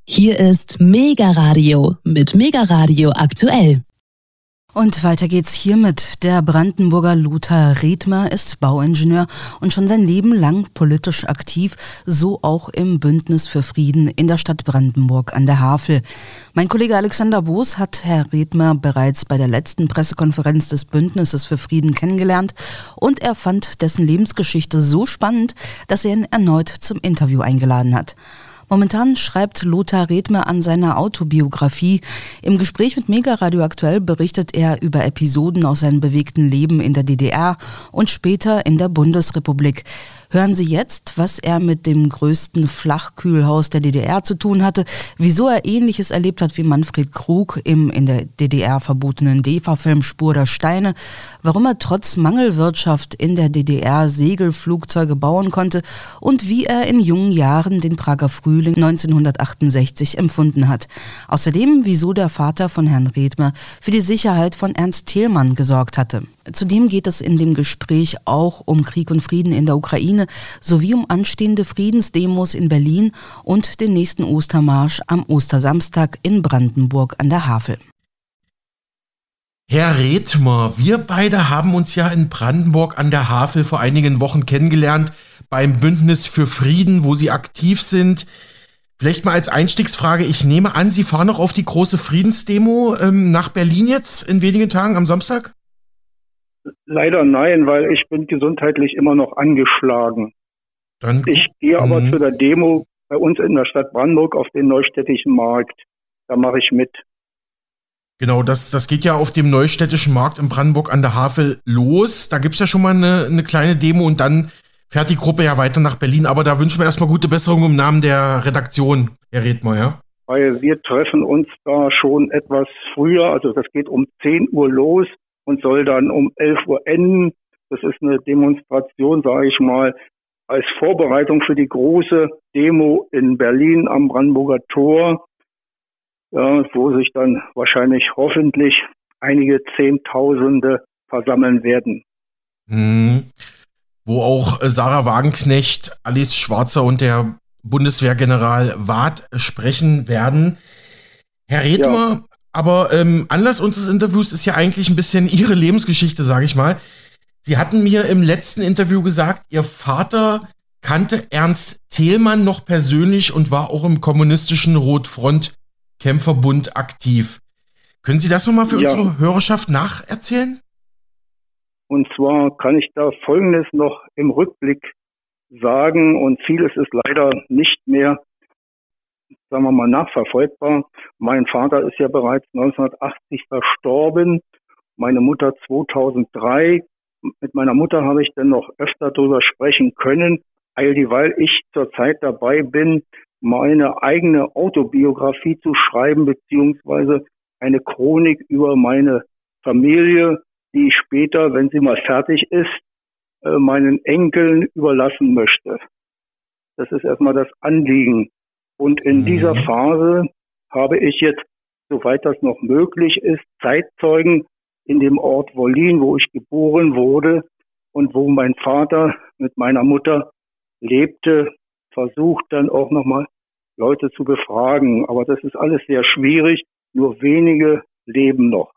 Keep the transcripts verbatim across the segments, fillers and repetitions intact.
Hier ist Mega Radio mit Mega Radio aktuell. Und weiter geht's hiermit. Der Brandenburger Lothar Redmer ist Bauingenieur und schon sein Leben lang politisch aktiv, so auch im Bündnis für Frieden in der Stadt Brandenburg an der Havel. Mein Kollege Alexander Boos hat Herr Redmer bereits bei der letzten Pressekonferenz des Bündnisses für Frieden kennengelernt und er fand dessen Lebensgeschichte so spannend, dass er ihn erneut zum Interview eingeladen hat. Momentan schreibt Lothar Redmer an seiner Autobiografie. Im Gespräch mit Mega Radio aktuell berichtet er über Episoden aus seinem bewegten Leben in der D D R und später in der Bundesrepublik. Hören Sie jetzt, was er mit dem größten Flachkühlhaus der D D R zu tun hatte, wieso er Ähnliches erlebt hat wie Manfred Krug im in der D D R verbotenen D E F A-Film Spur der Steine, warum er trotz Mangelwirtschaft in der D D R Segelflugzeuge bauen konnte und wie er in jungen Jahren den Prager Frühling neunzehnhundertachtundsechzig empfunden hat. Außerdem, wieso der Vater von Herrn Redmer für die Sicherheit von Ernst Thälmann gesorgt hatte. Zudem geht es in dem Gespräch auch um Krieg und Frieden in der Ukraine sowie um anstehende Friedensdemos in Berlin und den nächsten Ostermarsch am Ostersamstag in Brandenburg an der Havel. Herr Redmer, wir beide haben uns ja in Brandenburg an der Havel vor einigen Wochen kennengelernt beim Bündnis für Frieden, wo Sie aktiv sind. Vielleicht mal als Einstiegsfrage, ich nehme an, Sie fahren noch auf die große Friedensdemo ähm, nach Berlin jetzt in wenigen Tagen am Samstag? Leider nein, weil ich bin gesundheitlich immer noch angeschlagen. Dann, ich gehe aber mh. zu der Demo bei uns in der Stadt Brandenburg auf den Neustädtischen Markt. Da mache ich mit. Genau, das, das geht ja auf dem Neustädtischen Markt in Brandenburg an der Havel los. Da gibt's ja schon mal eine, eine kleine Demo und dann fährt die Gruppe ja weiter nach Berlin. Aber da wünschen wir erstmal gute Besserung im Namen der Redaktion, Herr Redmer, ja? Weil wir treffen uns da schon etwas früher, also das geht um zehn Uhr los und soll dann um elf Uhr enden. Das ist eine Demonstration, sage ich mal, als Vorbereitung für die große Demo in Berlin am Brandenburger Tor, ja, wo sich dann wahrscheinlich hoffentlich einige Zehntausende versammeln werden. Hm. Wo auch Sarah Wagenknecht, Alice Schwarzer und der Bundeswehrgeneral Warth sprechen werden. Herr Redmer, ja. aber ähm, Anlass unseres Interviews ist ja eigentlich ein bisschen Ihre Lebensgeschichte, sage ich mal. Sie hatten mir im letzten Interview gesagt, Ihr Vater kannte Ernst Thälmann noch persönlich und war auch im kommunistischen Rotfront-Kämpferbund aktiv. Können Sie das nochmal für ja. unsere Hörerschaft nacherzählen? Und zwar kann ich da Folgendes noch im Rückblick sagen und vieles ist leider nicht mehr, sagen wir mal, nachverfolgbar. Mein Vater ist ja bereits neunzehnhundertachtzig verstorben, meine Mutter zweitausenddrei. Mit meiner Mutter habe ich dann noch öfter darüber sprechen können, weil ich zurzeit dabei bin, meine eigene Autobiografie zu schreiben, beziehungsweise eine Chronik über meine Familie, die ich später, wenn sie mal fertig ist, meinen Enkeln überlassen möchte. Das ist erstmal das Anliegen. Und in mhm. dieser Phase habe ich jetzt, soweit das noch möglich ist, Zeitzeugen in dem Ort Wollin, wo ich geboren wurde und wo mein Vater mit meiner Mutter lebte, versucht dann auch nochmal Leute zu befragen. Aber das ist alles sehr schwierig. Nur wenige leben noch.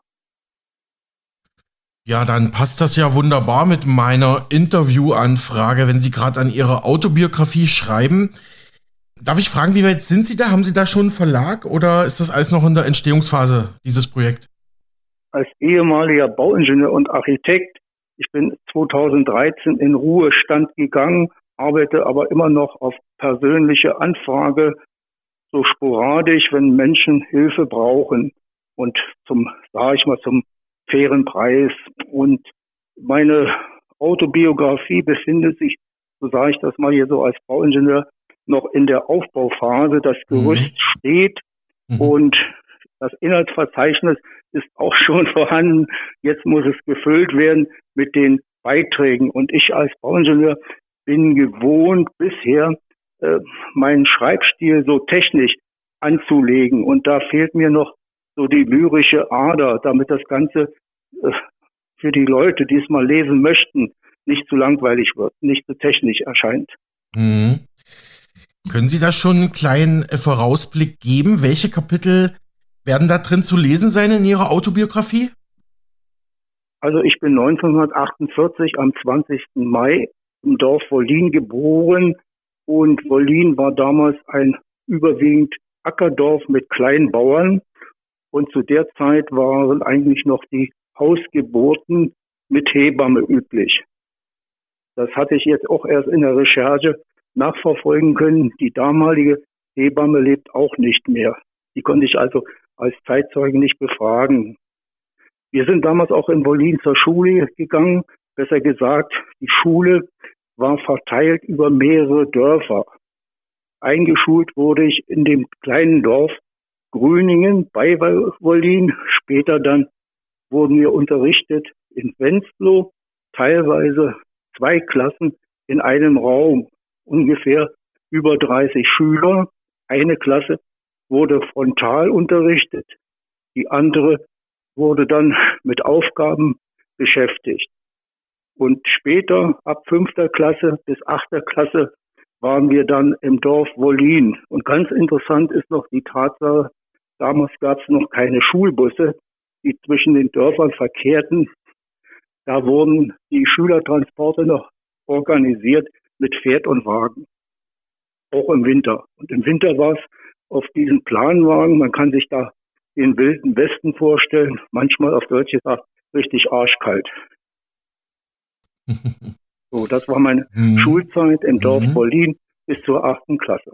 Ja, dann passt das ja wunderbar mit meiner Interviewanfrage, wenn Sie gerade an Ihre Autobiografie schreiben. Darf ich fragen, wie weit sind Sie da? Haben Sie da schon einen Verlag oder ist das alles noch in der Entstehungsphase, dieses Projekt? Als ehemaliger Bauingenieur und Architekt, ich bin zweitausenddreizehn in Ruhestand gegangen, arbeite aber immer noch auf persönliche Anfrage, so sporadisch, wenn Menschen Hilfe brauchen und zum, sage ich mal, zum fairen Preis. Und meine Autobiografie befindet sich, so sage ich das mal hier so als Bauingenieur, noch in der Aufbauphase. Das Gerüst mhm. steht mhm. und das Inhaltsverzeichnis ist auch schon vorhanden. Jetzt muss es gefüllt werden mit den Beiträgen. Und ich als Bauingenieur bin gewohnt, bisher äh, meinen Schreibstil so technisch anzulegen. Und da fehlt mir noch so die lyrische Ader, damit das Ganze äh, für die Leute, die es mal lesen möchten, nicht zu langweilig wird, nicht zu technisch erscheint. Mhm. Können Sie da schon einen kleinen äh, Vorausblick geben? Welche Kapitel werden da drin zu lesen sein in Ihrer Autobiografie? Also ich bin neunzehnhundertachtundvierzig am zwanzigsten Mai im Dorf Wollin geboren und Wollin war damals ein überwiegend Ackerdorf mit kleinen Bauern und zu der Zeit waren eigentlich noch die Hausgeburten mit Hebamme üblich. Das hatte ich jetzt auch erst in der Recherche nachverfolgen können. Die damalige Hebamme lebt auch nicht mehr. Die konnte ich also als Zeitzeuge nicht befragen. Wir sind damals auch in Wollin zur Schule gegangen. Besser gesagt, die Schule war verteilt über mehrere Dörfer. Eingeschult wurde ich in dem kleinen Dorf Grüningen bei Wollin. Später dann wurden wir unterrichtet in Wenzlow, teilweise zwei Klassen in einem Raum, ungefähr über dreißig Schüler. Eine Klasse wurde frontal unterrichtet, die andere wurde dann mit Aufgaben beschäftigt. Und später, ab fünfter Klasse bis achter Klasse, waren wir dann im Dorf Wollin. Und ganz interessant ist noch die Tatsache, damals gab es noch keine Schulbusse, die zwischen den Dörfern verkehrten. Da wurden die Schülertransporte noch organisiert mit Pferd und Wagen, auch im Winter. Und im Winter war es auf diesen Planwagen, man kann sich da den wilden Westen vorstellen, manchmal auf Deutsch gesagt richtig arschkalt. So, das war meine mhm. Schulzeit im Dorf mhm. Wollin bis zur achten Klasse.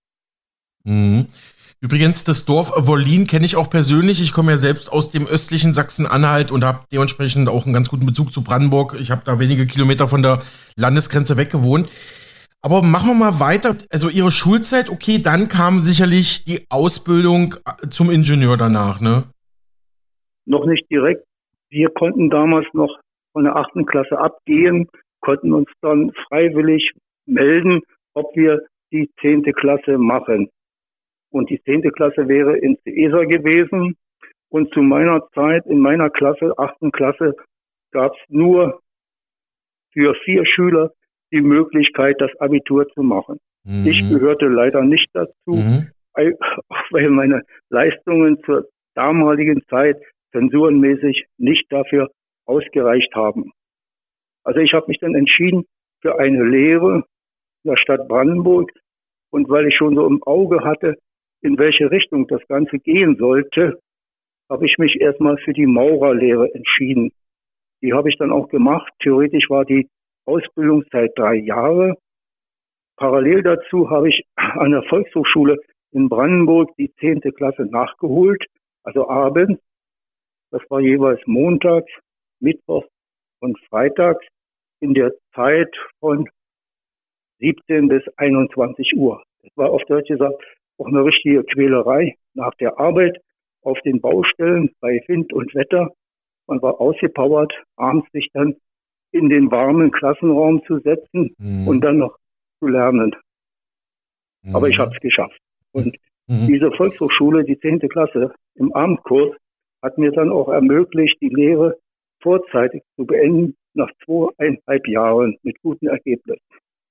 Mhm. Übrigens, das Dorf Wollin kenne ich auch persönlich. Ich komme ja selbst aus dem östlichen Sachsen-Anhalt und habe dementsprechend auch einen ganz guten Bezug zu Brandenburg. Ich habe da wenige Kilometer von der Landesgrenze weg gewohnt. Aber machen wir mal weiter. Also Ihre Schulzeit, okay, dann kam sicherlich die Ausbildung zum Ingenieur danach, ne? Noch nicht direkt. Wir konnten damals noch von der achten Klasse abgehen, konnten uns dann freiwillig melden, ob wir die zehnte Klasse machen. Und die zehnte Klasse wäre in Seeser gewesen. Und zu meiner Zeit, in meiner Klasse, achten Klasse, gab es nur für vier Schüler die Möglichkeit, das Abitur zu machen. Mhm. Ich gehörte leider nicht dazu, mhm. weil meine Leistungen zur damaligen Zeit zensurenmäßig nicht dafür ausgereicht haben. Also ich habe mich dann entschieden für eine Lehre in der Stadt Brandenburg. Und weil ich schon so im Auge hatte, in welche Richtung das Ganze gehen sollte, habe ich mich erstmal für die Maurerlehre entschieden. Die habe ich dann auch gemacht. Theoretisch war die Ausbildungszeit drei Jahre. Parallel dazu habe ich an der Volkshochschule in Brandenburg die zehnte Klasse nachgeholt, also abends. Das war jeweils montags, mittwochs und freitags in der Zeit von siebzehn bis einundzwanzig Uhr. Das war auf Deutsch gesagt auch eine richtige Quälerei nach der Arbeit auf den Baustellen bei Wind und Wetter. Man war ausgepowert, abends sich dann in den warmen Klassenraum zu setzen mhm. und dann noch zu lernen. Mhm. Aber ich habe es geschafft. Und mhm. diese Volkshochschule, die zehnte Klasse im Abendkurs, hat mir dann auch ermöglicht, die Lehre vorzeitig zu beenden, nach zweieinhalb Jahren mit gutem Ergebnis.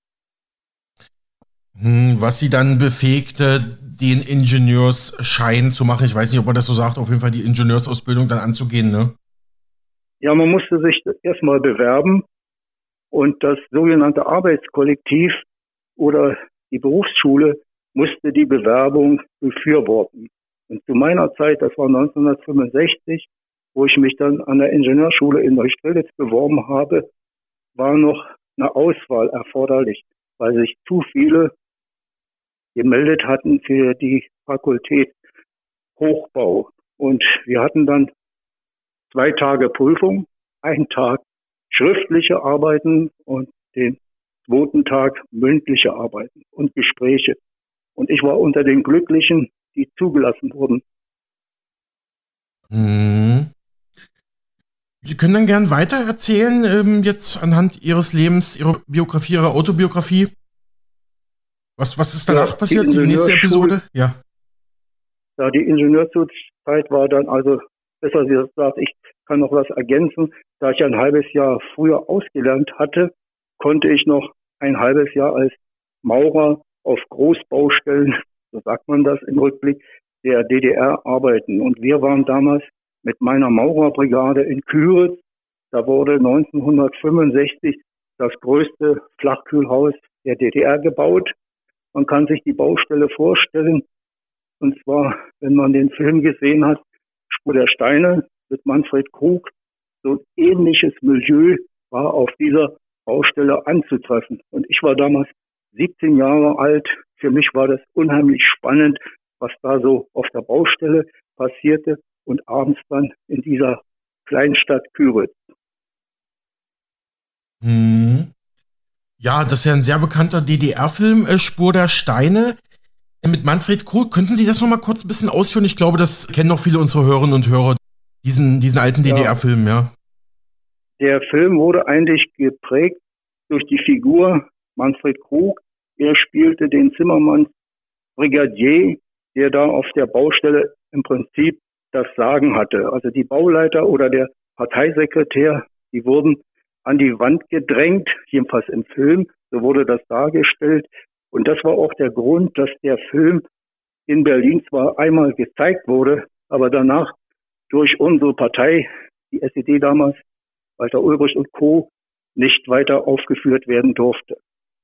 Was Sie dann befähigte, den Ingenieursschein zu machen. Ich weiß nicht, ob man das so sagt, auf jeden Fall die Ingenieursausbildung dann anzugehen, ne? Ja, man musste sich erstmal bewerben und das sogenannte Arbeitskollektiv oder die Berufsschule musste die Bewerbung befürworten. Und zu meiner Zeit, das war neunzehnhundertfünfundsechzig, wo ich mich dann an der Ingenieurschule in Neustrelitz beworben habe, war noch eine Auswahl erforderlich, weil sich zu viele gemeldet hatten für die Fakultät Hochbau. Und wir hatten dann zwei Tage Prüfung, einen Tag schriftliche Arbeiten und den zweiten Tag mündliche Arbeiten und Gespräche. Und ich war unter den Glücklichen, die zugelassen wurden. Mhm. Sie können dann gern weiter erzählen, ähm, jetzt anhand Ihres Lebens, Ihrer Biografie, Ihrer Autobiografie. Was, was ist danach ja, passiert, die, die nächste Episode? Ja. Ja, die Ingenieurszeit war dann also, besser gesagt, ich kann noch was ergänzen. Da ich ein halbes Jahr früher ausgelernt hatte, konnte ich noch ein halbes Jahr als Maurer auf Großbaustellen, so sagt man das im Rückblick, der D D R arbeiten. Und wir waren damals mit meiner Maurerbrigade in Küritz. Da wurde neunzehnhundertfünfundsechzig das größte Flachkühlhaus der D D R gebaut. Man kann sich die Baustelle vorstellen. Und zwar, wenn man den Film gesehen hat, Spur der Steine mit Manfred Krug, so ein ähnliches Milieu war auf dieser Baustelle anzutreffen. Und ich war damals siebzehn Jahre alt. Für mich war das unheimlich spannend, was da so auf der Baustelle passierte und abends dann in dieser Kleinstadt Küritz. Hm. Ja, das ist ja ein sehr bekannter D D R-Film, äh, Spur der Steine äh, mit Manfred Krug. Könnten Sie das noch mal kurz ein bisschen ausführen? Ich glaube, das kennen noch viele unserer Hörerinnen und Hörer, diesen, diesen alten Ja. D D R-Film, ja. Der Film wurde eigentlich geprägt durch die Figur Manfred Krug. Er spielte den Zimmermanns Brigadier, der da auf der Baustelle im Prinzip das Sagen hatte. Also die Bauleiter oder der Parteisekretär, die wurden an die Wand gedrängt, jedenfalls im Film, so wurde das dargestellt. Und das war auch der Grund, dass der Film in Berlin zwar einmal gezeigt wurde, aber danach durch unsere Partei, die S E D damals, Walter Ulbricht und Co., nicht weiter aufgeführt werden durfte.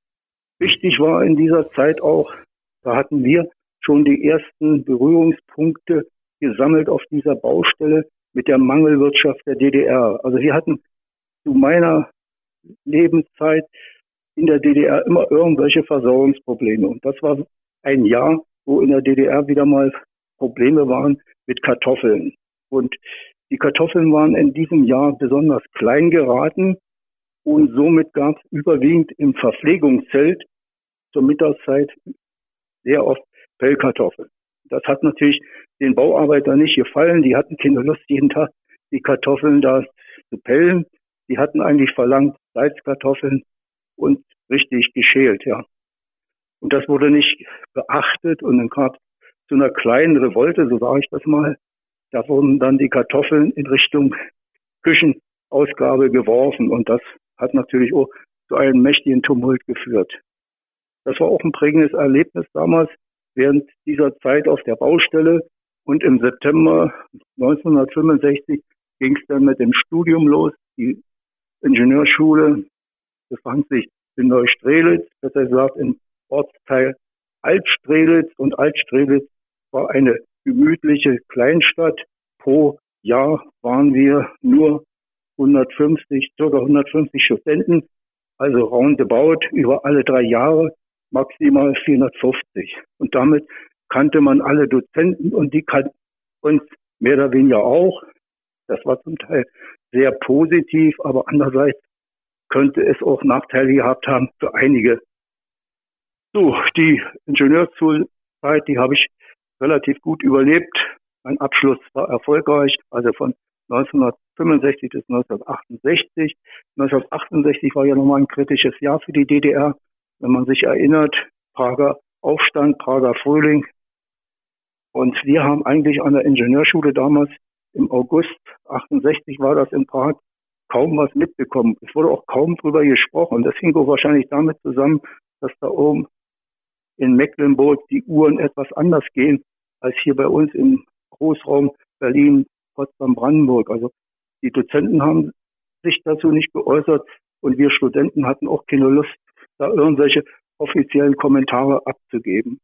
Wichtig war in dieser Zeit auch, da hatten wir schon die ersten Berührungspunkte gesammelt auf dieser Baustelle mit der Mangelwirtschaft der D D R. Also wir hatten zu meiner Lebenszeit in der D D R immer irgendwelche Versorgungsprobleme. Und das war ein Jahr, wo in der D D R wieder mal Probleme waren mit Kartoffeln. Und die Kartoffeln waren in diesem Jahr besonders klein geraten und somit gab es überwiegend im Verpflegungszelt zur Mittagszeit sehr oft Pellkartoffeln. Das hat natürlich den Bauarbeitern nicht gefallen. Die hatten keine Lust, jeden Tag die Kartoffeln da zu pellen. Die hatten eigentlich verlangt Salzkartoffeln und richtig geschält, ja. Und das wurde nicht beachtet und dann kam es zu einer kleinen Revolte, so sage ich das mal. Da wurden dann die Kartoffeln in Richtung Küchenausgabe geworfen und das hat natürlich auch zu einem mächtigen Tumult geführt. Das war auch ein prägendes Erlebnis damals während dieser Zeit auf der Baustelle und im September neunzehnhundertfünfundsechzig ging es dann mit dem Studium los. Die Ingenieurschule befand sich in Neustrelitz, besser gesagt im Ortsteil Altstrelitz und Altstrelitz war eine gemütliche Kleinstadt. Pro Jahr waren wir nur hundertfünfzig, ca. hundertfünfzig Studenten, also roundabout über alle drei Jahre maximal vierhundertfünfzig. Und damit kannte man alle Dozenten und die kannten uns mehr oder weniger auch. Das war zum Teil sehr positiv, aber andererseits könnte es auch Nachteile gehabt haben für einige. So, die Ingenieursschulzeit, die habe ich relativ gut überlebt. Mein Abschluss war erfolgreich, also von neunzehnhundertfünfundsechzig bis neunzehnhundertachtundsechzig. neunzehnhundertachtundsechzig war ja nochmal ein kritisches Jahr für die D D R. Wenn man sich erinnert, Prager Aufstand, Prager Frühling. Und wir haben eigentlich an der Ingenieurschule damals im August achtundsechzig war das in Prag, kaum was mitbekommen. Es wurde auch kaum drüber gesprochen. Das hing auch wahrscheinlich damit zusammen, dass da oben in Mecklenburg die Uhren etwas anders gehen als hier bei uns im Großraum Berlin, Potsdam, Brandenburg. Also die Dozenten haben sich dazu nicht geäußert und wir Studenten hatten auch keine Lust, da irgendwelche offiziellen Kommentare abzugeben.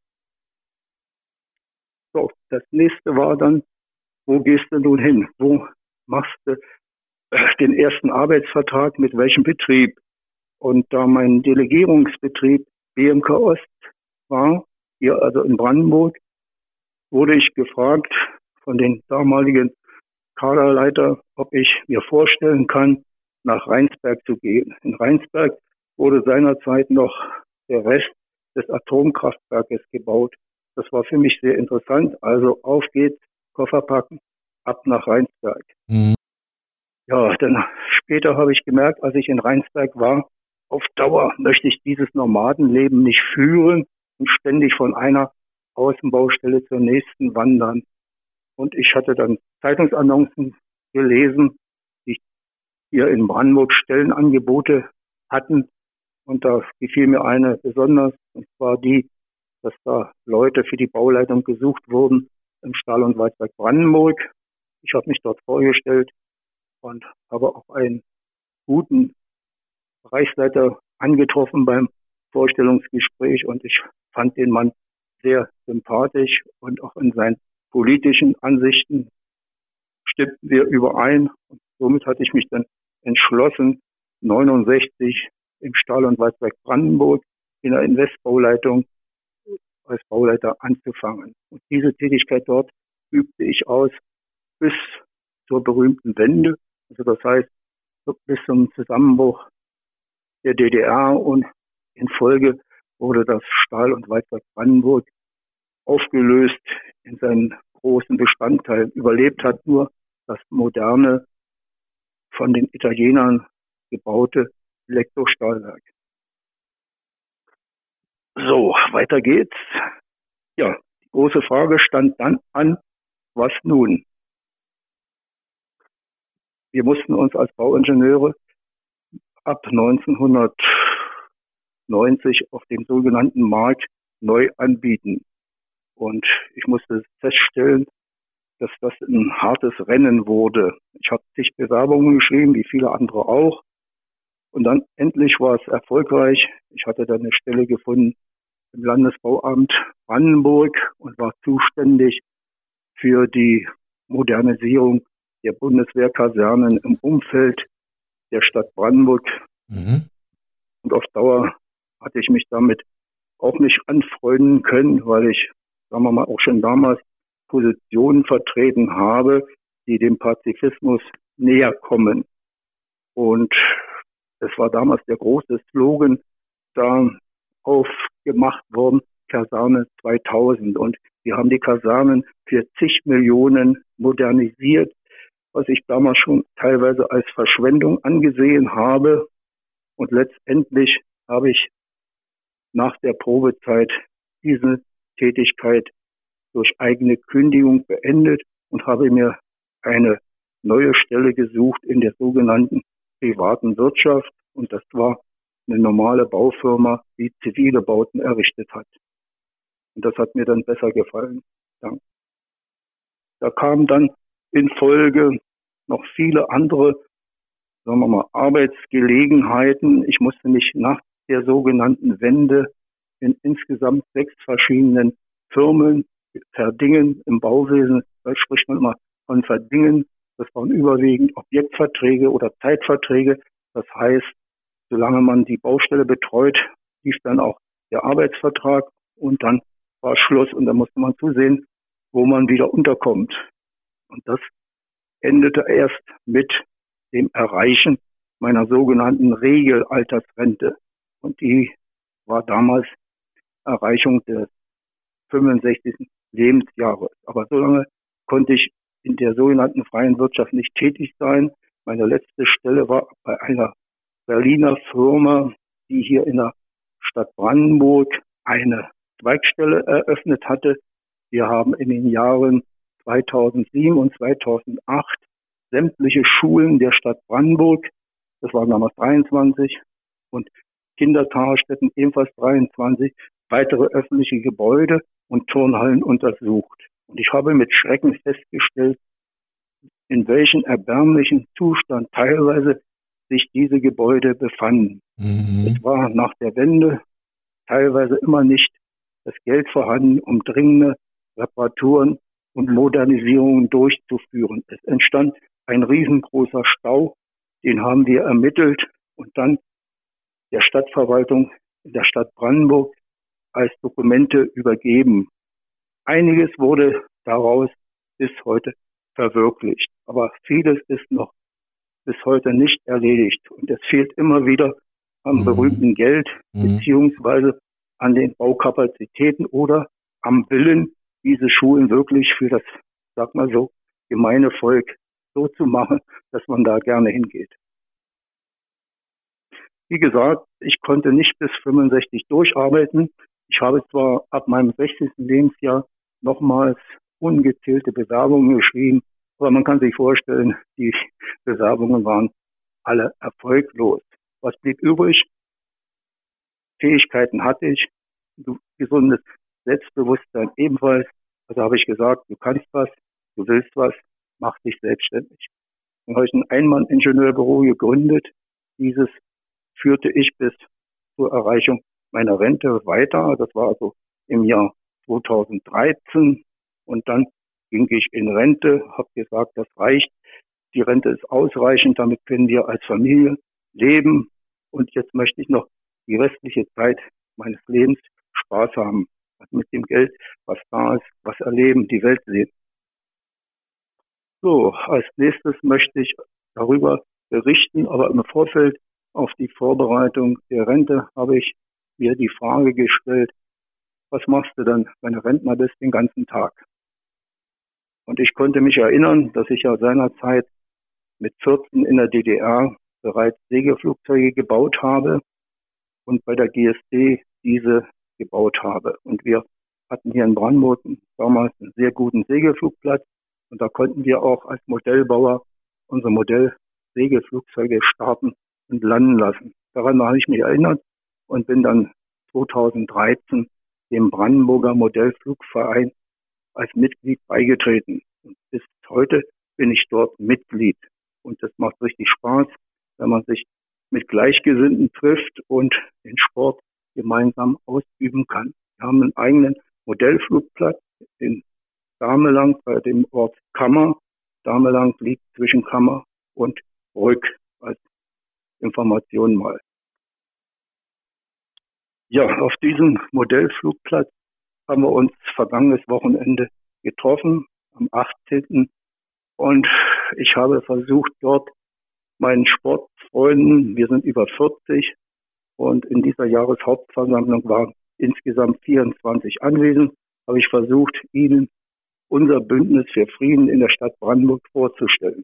So, das nächste war dann, wo gehst du nun hin? Wo machst du den ersten Arbeitsvertrag mit welchem Betrieb? Und da mein Delegierungsbetrieb B M K Ost war, hier also in Brandenburg, wurde ich gefragt von den damaligen Kaderleiter, ob ich mir vorstellen kann, nach Rheinsberg zu gehen. In Rheinsberg wurde seinerzeit noch der Rest des Atomkraftwerkes gebaut. Das war für mich sehr interessant. Also auf geht's, Koffer packen, ab nach Rheinsberg. Mhm. Ja, dann später habe ich gemerkt, als ich in Rheinsberg war, auf Dauer möchte ich dieses Nomadenleben nicht führen und ständig von einer Außenbaustelle zur nächsten wandern. Und ich hatte dann Zeitungsannoncen gelesen, die hier in Brandenburg Stellenangebote hatten. Und da gefiel mir eine besonders, und zwar die dass da Leute für die Bauleitung gesucht wurden im Stahl- und Waldwerk Brandenburg. Ich habe mich dort vorgestellt und habe auch einen guten Bereichsleiter angetroffen beim Vorstellungsgespräch und ich fand den Mann sehr sympathisch und auch in seinen politischen Ansichten stimmten wir überein. Und somit hatte ich mich dann entschlossen, neunundsechzig im Stahl- und Waldwerk Brandenburg in der Investbauleitung als Bauleiter anzufangen. Und diese Tätigkeit dort übte ich aus bis zur berühmten Wende. Also das heißt, bis zum Zusammenbruch der D D R und in Folge wurde das Stahl- und Waldwerk Brandenburg aufgelöst in seinen großen Bestandteilen. Überlebt hat nur das moderne, von den Italienern gebaute Elektrostahlwerk. So, weiter geht's. Ja, die große Frage stand dann an, was nun? Wir mussten uns als Bauingenieure ab neunzehnhundertneunzig auf dem sogenannten Markt neu anbieten. Und ich musste feststellen, dass das ein hartes Rennen wurde. Ich habe zig Bewerbungen geschrieben, wie viele andere auch. Und dann endlich war es erfolgreich. Ich hatte dann eine Stelle gefunden im Landesbauamt Brandenburg und war zuständig für die Modernisierung der Bundeswehrkasernen im Umfeld der Stadt Brandenburg. Mhm. Und auf Dauer hatte ich mich damit auch nicht anfreunden können, weil ich, sagen wir mal, auch schon damals Positionen vertreten habe, die dem Pazifismus näher kommen. Und es war damals der große Slogan da aufgemacht worden, Kaserne zweitausend. Und wir haben die Kasernen für zig Millionen modernisiert, was ich damals schon teilweise als Verschwendung angesehen habe. Und letztendlich habe ich nach der Probezeit diese Tätigkeit durch eigene Kündigung beendet und habe mir eine neue Stelle gesucht in der sogenannten privaten Wirtschaft. Und das war eine normale Baufirma, die zivile Bauten errichtet hat. Und das hat mir dann besser gefallen. Ja. Da kamen dann in Folge noch viele andere, sagen wir mal, Arbeitsgelegenheiten. Ich musste mich nach der sogenannten Wende in insgesamt sechs verschiedenen Firmen verdingen im Bauwesen. Da spricht man immer von verdingen. Das waren überwiegend Objektverträge oder Zeitverträge. Das heißt, solange man die Baustelle betreut, lief dann auch der Arbeitsvertrag und dann war Schluss und dann musste man zusehen, wo man wieder unterkommt. Und das endete erst mit dem Erreichen meiner sogenannten Regelaltersrente. Und die war damals Erreichung des fünfundsechzigsten Lebensjahres. Aber so lange konnte ich in der sogenannten freien Wirtschaft nicht tätig sein. Meine letzte Stelle war bei einer Berliner Firma, die hier in der Stadt Brandenburg eine Zweigstelle eröffnet hatte. Wir haben in den Jahren zweitausendsieben und zweitausendacht sämtliche Schulen der Stadt Brandenburg, das waren damals dreiundzwanzig, und Kindertagesstätten ebenfalls dreiundzwanzig, weitere öffentliche Gebäude und Turnhallen untersucht. Und ich habe mit Schrecken festgestellt, in welchem erbärmlichen Zustand teilweise sich diese Gebäude befanden. Mhm. Es war nach der Wende teilweise immer nicht das Geld vorhanden, um dringende Reparaturen und Modernisierungen durchzuführen. Es entstand ein riesengroßer Stau, den haben wir ermittelt und dann der Stadtverwaltung in der Stadt Brandenburg als Dokumente übergeben. Einiges wurde daraus bis heute verwirklicht, aber vieles ist noch bis heute nicht erledigt und es fehlt immer wieder am mhm. berühmten Geld mhm. beziehungsweise an den Baukapazitäten oder am Willen, diese Schulen wirklich für das, sag mal so, gemeine Volk so zu machen, dass man da gerne hingeht. Wie gesagt, ich konnte nicht bis fünfundsechzig durcharbeiten. Ich habe zwar ab meinem sechzigsten Lebensjahr nochmals ungezählte Bewerbungen geschrieben, aber man kann sich vorstellen, die Bewerbungen waren alle erfolglos. Was blieb übrig? Fähigkeiten hatte ich, gesundes Selbstbewusstsein ebenfalls. Also habe ich gesagt, du kannst was, du willst was, mach dich selbstständig. Dann habe ich ein Einmann-Ingenieurbüro gegründet. Dieses führte ich bis zur Erreichung meiner Rente weiter. Das war also im Jahr zweitausenddreizehn. Und dann ging ich in Rente, habe gesagt, das reicht. Die Rente ist ausreichend, damit können wir als Familie leben. Und jetzt möchte ich noch die restliche Zeit meines Lebens Spaß haben. Mit dem Geld, was da ist, was erleben, die Welt sehen. So, als nächstes möchte ich darüber berichten, aber im Vorfeld auf die Vorbereitung der Rente habe ich mir die Frage gestellt, was machst du dann, wenn du Rentner bist, den ganzen Tag? Und ich konnte mich erinnern, dass ich ja seinerzeit mit vierzehn in der D D R bereits Segelflugzeuge gebaut habe und bei der G S D diese gebaut habe. Und wir hatten hier in Brandenburg damals einen sehr guten Segelflugplatz und da konnten wir auch als Modellbauer unsere Modellsegelflugzeuge starten und landen lassen. Daran habe ich mich erinnert und bin dann zweitausenddreizehn dem Brandenburger Modellflugverein als Mitglied beigetreten. Und bis heute bin ich dort Mitglied. Und das macht richtig Spaß, wenn man sich mit Gleichgesinnten trifft und den Sport gemeinsam ausüben kann. Wir haben einen eigenen Modellflugplatz in Damelang bei dem Ort Kammer. Damelang liegt zwischen Kammer und Rück als Information mal. Ja, auf diesem Modellflugplatz haben wir uns vergangenes Wochenende getroffen, am achtzehnten Und ich habe versucht, dort meinen Sportfreunden, wir sind über vierzig, und in dieser Jahreshauptversammlung waren insgesamt vierundzwanzig anwesend, habe ich versucht, ihnen unser Bündnis für Frieden in der Stadt Brandenburg vorzustellen.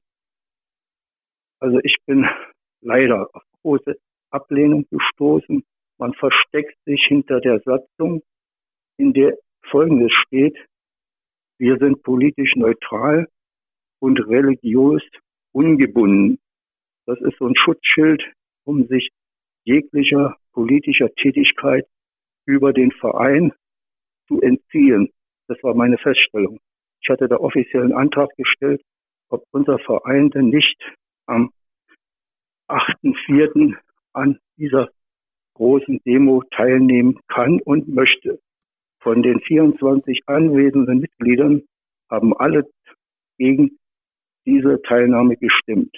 Also ich bin leider auf große Ablehnung gestoßen. Man versteckt sich hinter der Satzung, in der Folgendes steht: Wir sind politisch neutral und religiös ungebunden. Das ist so ein Schutzschild, um sich jeglicher politischer Tätigkeit über den Verein zu entziehen. Das war meine Feststellung. Ich hatte da offiziellen Antrag gestellt, ob unser Verein denn nicht am achten vierten an dieser großen Demo teilnehmen kann und möchte. Von den vierundzwanzig anwesenden Mitgliedern haben alle gegen diese Teilnahme gestimmt.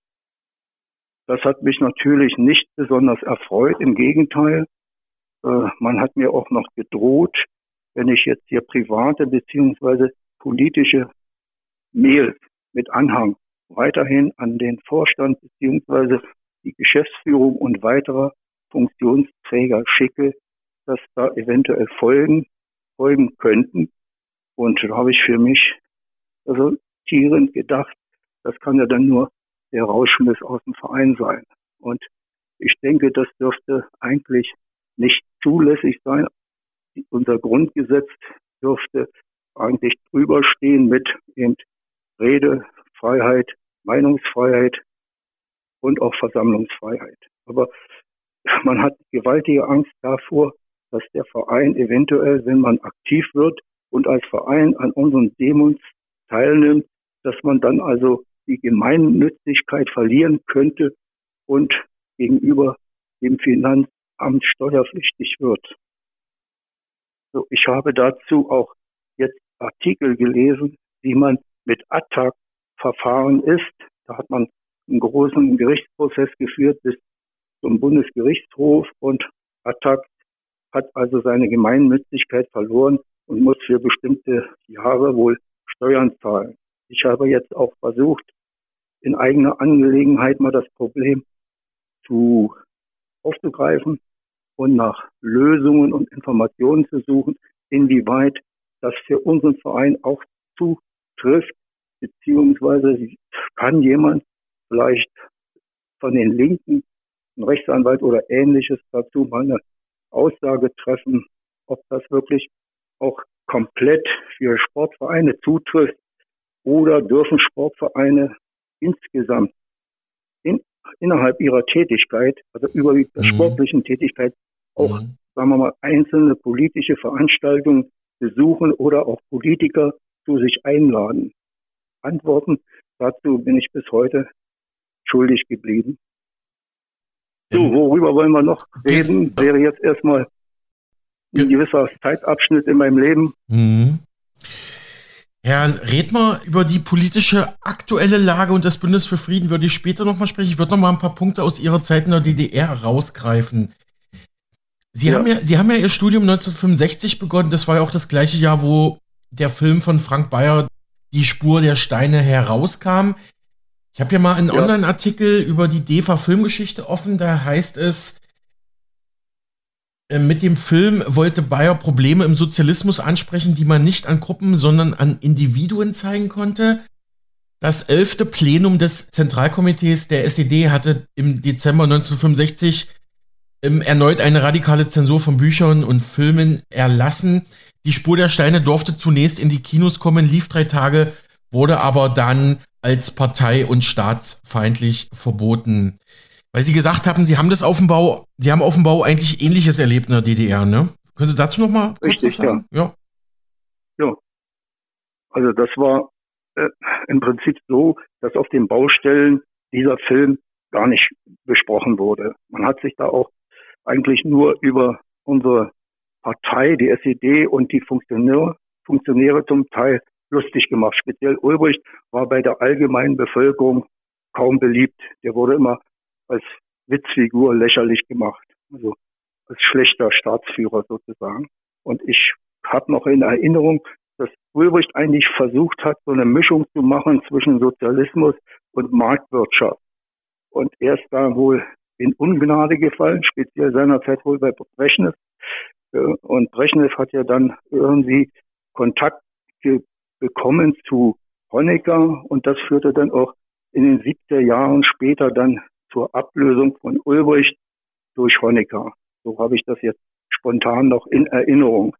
Das hat mich natürlich nicht besonders erfreut, im Gegenteil. Äh, man hat mir auch noch gedroht, wenn ich jetzt hier private beziehungsweise politische Mails mit Anhang weiterhin an den Vorstand beziehungsweise die Geschäftsführung und weiterer Funktionsträger schicke, dass da eventuell Folgen folgen könnten. Und da habe ich für mich resultierend gedacht, das kann ja dann nur der Rausschmiss aus dem Verein sein. Und ich denke, das dürfte eigentlich nicht zulässig sein. Unser Grundgesetz dürfte eigentlich drüber stehen mit eben Redefreiheit, Meinungsfreiheit und auch Versammlungsfreiheit. Aber man hat gewaltige Angst davor, dass der Verein eventuell, wenn man aktiv wird und als Verein an unseren Demos teilnimmt, dass man dann also die Gemeinnützigkeit verlieren könnte und gegenüber dem Finanzamt steuerpflichtig wird. So, ich habe dazu auch jetzt Artikel gelesen, wie man mit A T T A C verfahren ist. Da hat man einen großen Gerichtsprozess geführt bis zum Bundesgerichtshof und A T T A C hat also seine Gemeinnützigkeit verloren und muss für bestimmte Jahre wohl Steuern zahlen. Ich habe jetzt auch versucht, in eigener Angelegenheit mal das Problem zu aufzugreifen und nach Lösungen und Informationen zu suchen, inwieweit das für unseren Verein auch zutrifft, beziehungsweise kann jemand vielleicht von den Linken, ein Rechtsanwalt oder Ähnliches dazu mal eine Aussage treffen, ob das wirklich auch komplett für Sportvereine zutrifft oder dürfen Sportvereine insgesamt in, innerhalb ihrer Tätigkeit, also überwiegend der Mhm. sportlichen Tätigkeit, auch Mhm. sagen wir mal, einzelne politische Veranstaltungen besuchen oder auch Politiker zu sich einladen? Antworten dazu bin ich bis heute schuldig geblieben. So, worüber wollen wir noch reden? Wäre jetzt erstmal ein gewisser Zeitabschnitt in meinem Leben. Mhm. Herr Redmer, über die politische aktuelle Lage und das Bündnis für Frieden würde ich später nochmal sprechen. Ich würde nochmal ein paar Punkte aus Ihrer Zeit in der D D R rausgreifen. Sie, ja. Haben ja, Sie haben ja Ihr Studium neunzehnhundertfünfundsechzig begonnen. Das war ja auch das gleiche Jahr, wo der Film von Frank Bayer Die Spur der Steine herauskam. Ich habe hier mal einen ja. Online-Artikel über die D E F A-Filmgeschichte offen. Da heißt es, mit dem Film wollte Bayer Probleme im Sozialismus ansprechen, die man nicht an Gruppen, sondern an Individuen zeigen konnte. Das elfte Plenum des Zentralkomitees der S E D hatte im Dezember neunzehnhundertfünfundsechzig ähm, erneut eine radikale Zensur von Büchern und Filmen erlassen. Die Spur der Steine durfte zunächst in die Kinos kommen, lief drei Tage, wurde aber dann als partei- und staatsfeindlich verboten. Weil Sie gesagt haben, Sie haben das auf dem Bau, Sie haben auf dem Bau eigentlich Ähnliches erlebt in der D D R, ne? Können Sie dazu noch mal kurz Richtig, was sagen? Ja. ja. Ja. Also das war äh, im Prinzip so, dass auf den Baustellen dieser Film gar nicht besprochen wurde. Man hat sich da auch eigentlich nur über unsere Partei, die S E D und die Funktionäre, Funktionäre zum Teil lustig gemacht. Speziell Ulbricht war bei der allgemeinen Bevölkerung kaum beliebt. Der wurde immer als Witzfigur lächerlich gemacht, also als schlechter Staatsführer sozusagen. Und ich habe noch in Erinnerung, dass Ulbricht eigentlich versucht hat, so eine Mischung zu machen zwischen Sozialismus und Marktwirtschaft. Und er ist da wohl in Ungnade gefallen, speziell seinerzeit wohl bei Brezhnev. Und Brezhnev hat ja dann irgendwie Kontakt ge- bekommen zu Honecker und das führte dann auch in den siebziger Jahren später dann zur Ablösung von Ulbricht durch Honecker. So habe ich das jetzt spontan noch in Erinnerung.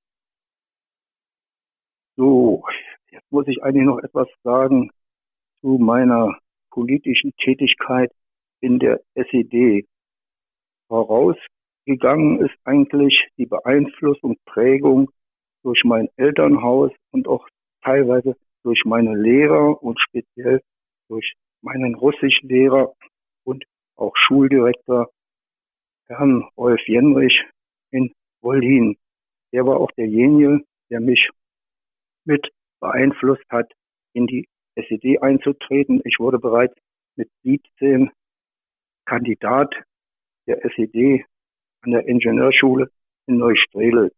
So, jetzt muss ich eigentlich noch etwas sagen zu meiner politischen Tätigkeit in der S E D. Vorausgegangen ist eigentlich die Beeinflussung, Prägung durch mein Elternhaus und auch teilweise durch meine Lehrer und speziell durch meinen Russischlehrer und auch Schuldirektor Herrn Rolf Jenrich in Wollin. Der war auch derjenige, der mich mit beeinflusst hat, in die S E D einzutreten. Ich wurde bereits mit siebzehn Kandidat der S E D an der Ingenieurschule in Neustrelitz.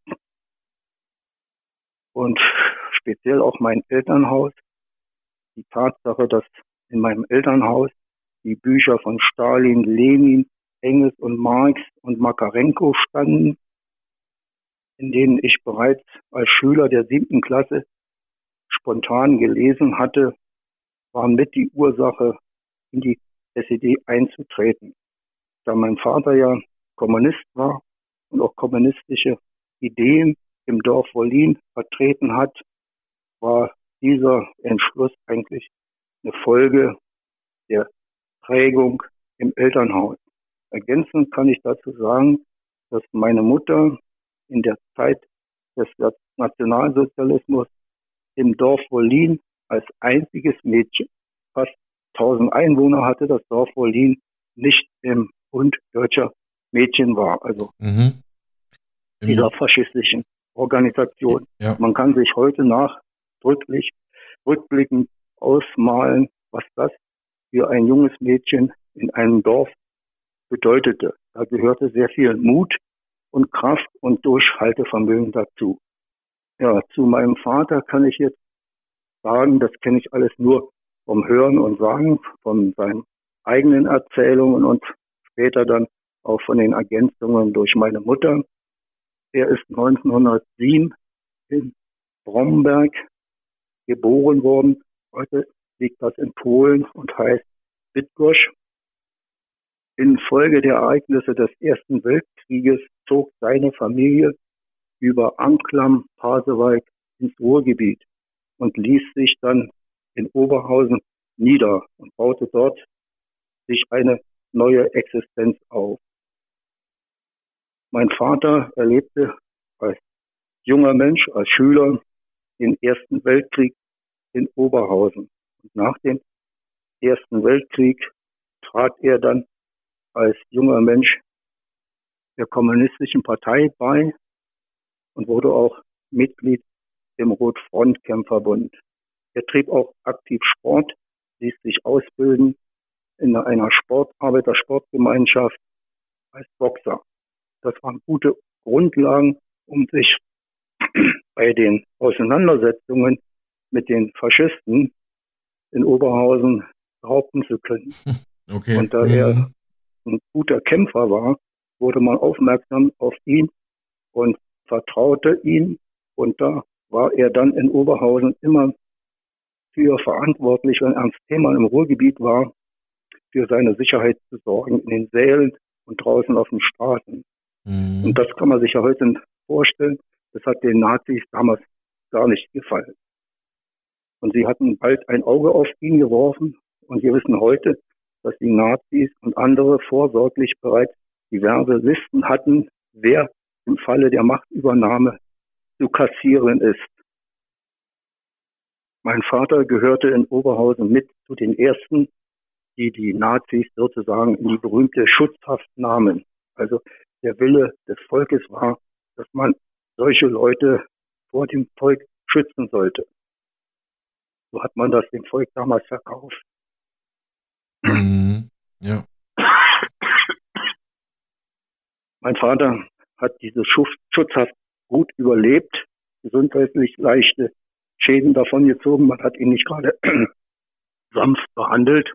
Und speziell auch mein Elternhaus, die Tatsache, dass in meinem Elternhaus die Bücher von Stalin, Lenin, Engels und Marx und Makarenko standen, in denen ich bereits als Schüler der siebten Klasse spontan gelesen hatte, waren mit die Ursache, in die S E D einzutreten. Da mein Vater ja Kommunist war und auch kommunistische Ideen im Dorf Wollin vertreten hat, war dieser Entschluss eigentlich eine Folge der Prägung im Elternhaus. Ergänzend kann ich dazu sagen, dass meine Mutter in der Zeit des Nationalsozialismus im Dorf Wollin als einziges Mädchen, fast tausend Einwohner hatte das Dorf Wollin, nicht im Bund deutscher Mädchen war, also mhm. dieser faschistischen Organisation. Ja. Man kann sich heute nachdrücklich, rückblickend ausmalen, was das für ein junges Mädchen in einem Dorf bedeutete. Da gehörte sehr viel Mut und Kraft und Durchhaltevermögen dazu. Ja, zu meinem Vater kann ich jetzt sagen, das kenne ich alles nur vom Hören und Sagen, von seinen eigenen Erzählungen und später dann auch von den Ergänzungen durch meine Mutter. Er ist neunzehnhundertsieben in Bromberg geboren worden. Heute liegt das in Polen und heißt Bydgoszcz. Infolge der Ereignisse des Ersten Weltkrieges zog seine Familie über Anklam, Pasewalk ins Ruhrgebiet und ließ sich dann in Oberhausen nieder und baute dort sich eine neue Existenz auf. Mein Vater erlebte als junger Mensch, als Schüler den Ersten Weltkrieg in Oberhausen. Und nach dem Ersten Weltkrieg trat er dann als junger Mensch der Kommunistischen Partei bei und wurde auch Mitglied im Rotfront-Kämpferbund. Er trieb auch aktiv Sport, ließ sich ausbilden in einer Sportarbeiter-Sportgemeinschaft als Boxer. Das waren gute Grundlagen, um sich bei den Auseinandersetzungen mit den Faschisten in Oberhausen behaupten zu können. Okay. Und da Mhm. er ein guter Kämpfer war, wurde man aufmerksam auf ihn und vertraute ihn. Und da war er dann in Oberhausen immer für verantwortlich, wenn Ernst Thälmann im Ruhrgebiet war, für seine Sicherheit zu sorgen in den Sälen und draußen auf den Straßen. Mhm. Und das kann man sich ja heute vorstellen. Das hat den Nazis damals gar nicht gefallen. Und sie hatten bald ein Auge auf ihn geworfen. Und wir wissen heute, dass die Nazis und andere vorsorglich bereits diverse Listen hatten, wer im Falle der Machtübernahme zu kassieren ist. Mein Vater gehörte in Oberhausen mit zu den Ersten, die die Nazis sozusagen in die berühmte Schutzhaft nahmen. Also der Wille des Volkes war, dass man solche Leute vor dem Volk schützen sollte. So hat man das dem Volk damals verkauft. Mhm. Ja. Mein Vater hat diese Schutzhaft gut überlebt, gesundheitlich leichte Schäden davon gezogen. Man hat ihn nicht gerade sanft behandelt.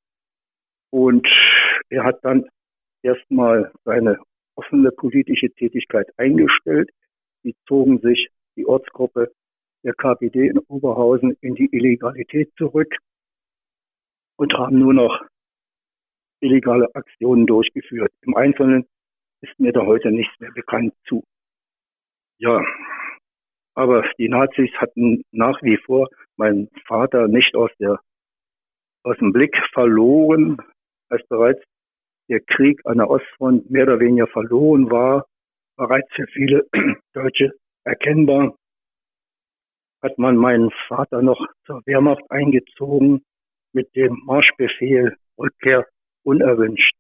Und er hat dann erstmal seine offene politische Tätigkeit eingestellt. Die zogen sich, die Ortsgruppe der K P D in Oberhausen, in die Illegalität zurück und haben nur noch illegale Aktionen durchgeführt. Im Einzelnen ist mir da heute nichts mehr bekannt zu. Ja, aber die Nazis hatten nach wie vor meinen Vater nicht aus der aus dem Blick verloren, als bereits der Krieg an der Ostfront mehr oder weniger verloren war, bereits für viele Deutsche erkennbar, hat man meinen Vater noch zur Wehrmacht eingezogen mit dem Marschbefehl Rückkehr unerwünscht.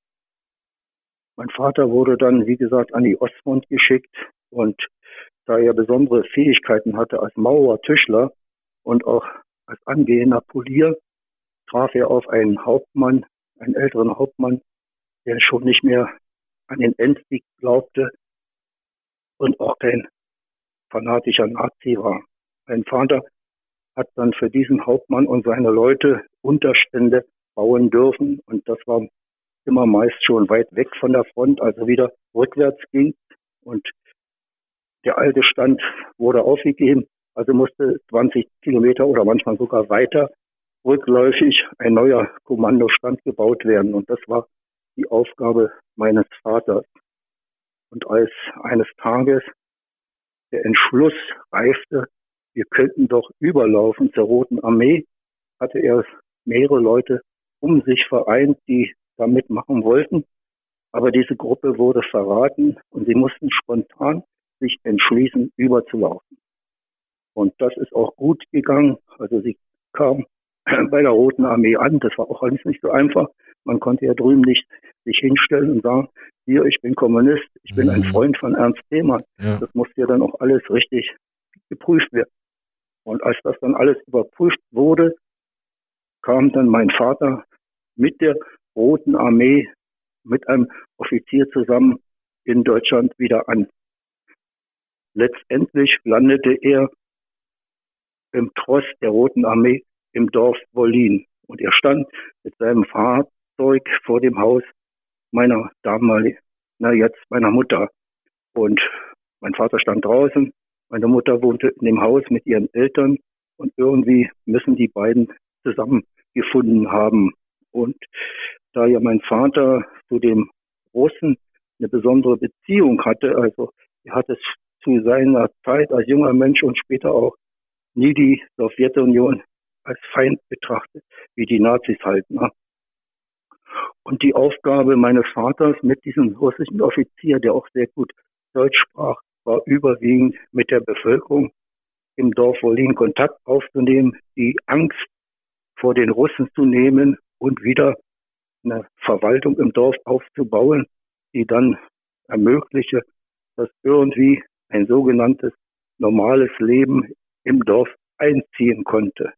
Mein Vater wurde dann, wie gesagt, an die Ostfront geschickt und da er besondere Fähigkeiten hatte als Maurer, Tischler und auch als angehender Polier, traf er auf einen Hauptmann, einen älteren Hauptmann, der schon nicht mehr an den Endsieg glaubte und auch kein fanatischer Nazi war. Mein Vater hat dann für diesen Hauptmann und seine Leute Unterstände bauen dürfen und das war immer meist schon weit weg von der Front, also wieder rückwärts ging und der alte Stand wurde aufgegeben, also musste zwanzig Kilometer oder manchmal sogar weiter rückläufig ein neuer Kommandostand gebaut werden und das war die Aufgabe meines Vaters. Und als eines Tages der Entschluss reifte, wir könnten doch überlaufen zur Roten Armee, hatte er mehrere Leute um sich vereint, die da mitmachen wollten. Aber diese Gruppe wurde verraten und sie mussten spontan sich entschließen, überzulaufen. Und das ist auch gut gegangen. Also sie kamen bei der Roten Armee an. Das war auch alles nicht so einfach. Man konnte ja drüben nicht sich hinstellen und sagen, hier, ich bin Kommunist, ich bin ein Freund von Ernst Thälmann. Ja. Das musste ja dann auch alles richtig geprüft werden. Und als das dann alles überprüft wurde, kam dann mein Vater mit der Roten Armee, mit einem Offizier zusammen in Deutschland wieder an. Letztendlich landete er im Tross der Roten Armee im Dorf Wollin. Und er stand mit seinem Fahrzeug vor dem Haus meiner damaligen, na jetzt meiner Mutter. Und mein Vater stand draußen, meine Mutter wohnte in dem Haus mit ihren Eltern und irgendwie müssen die beiden zusammengefunden haben. Und da ja mein Vater zu dem Russen eine besondere Beziehung hatte, also er hat es zu seiner Zeit als junger Mensch und später auch nie die Sowjetunion als Feind betrachtet, wie die Nazis halt. Ne? Und die Aufgabe meines Vaters mit diesem russischen Offizier, der auch sehr gut Deutsch sprach, war überwiegend mit der Bevölkerung im Dorf Wollin Kontakt aufzunehmen, die Angst vor den Russen zu nehmen und wieder eine Verwaltung im Dorf aufzubauen, die dann ermögliche, dass irgendwie ein sogenanntes normales Leben im Dorf einziehen konnte.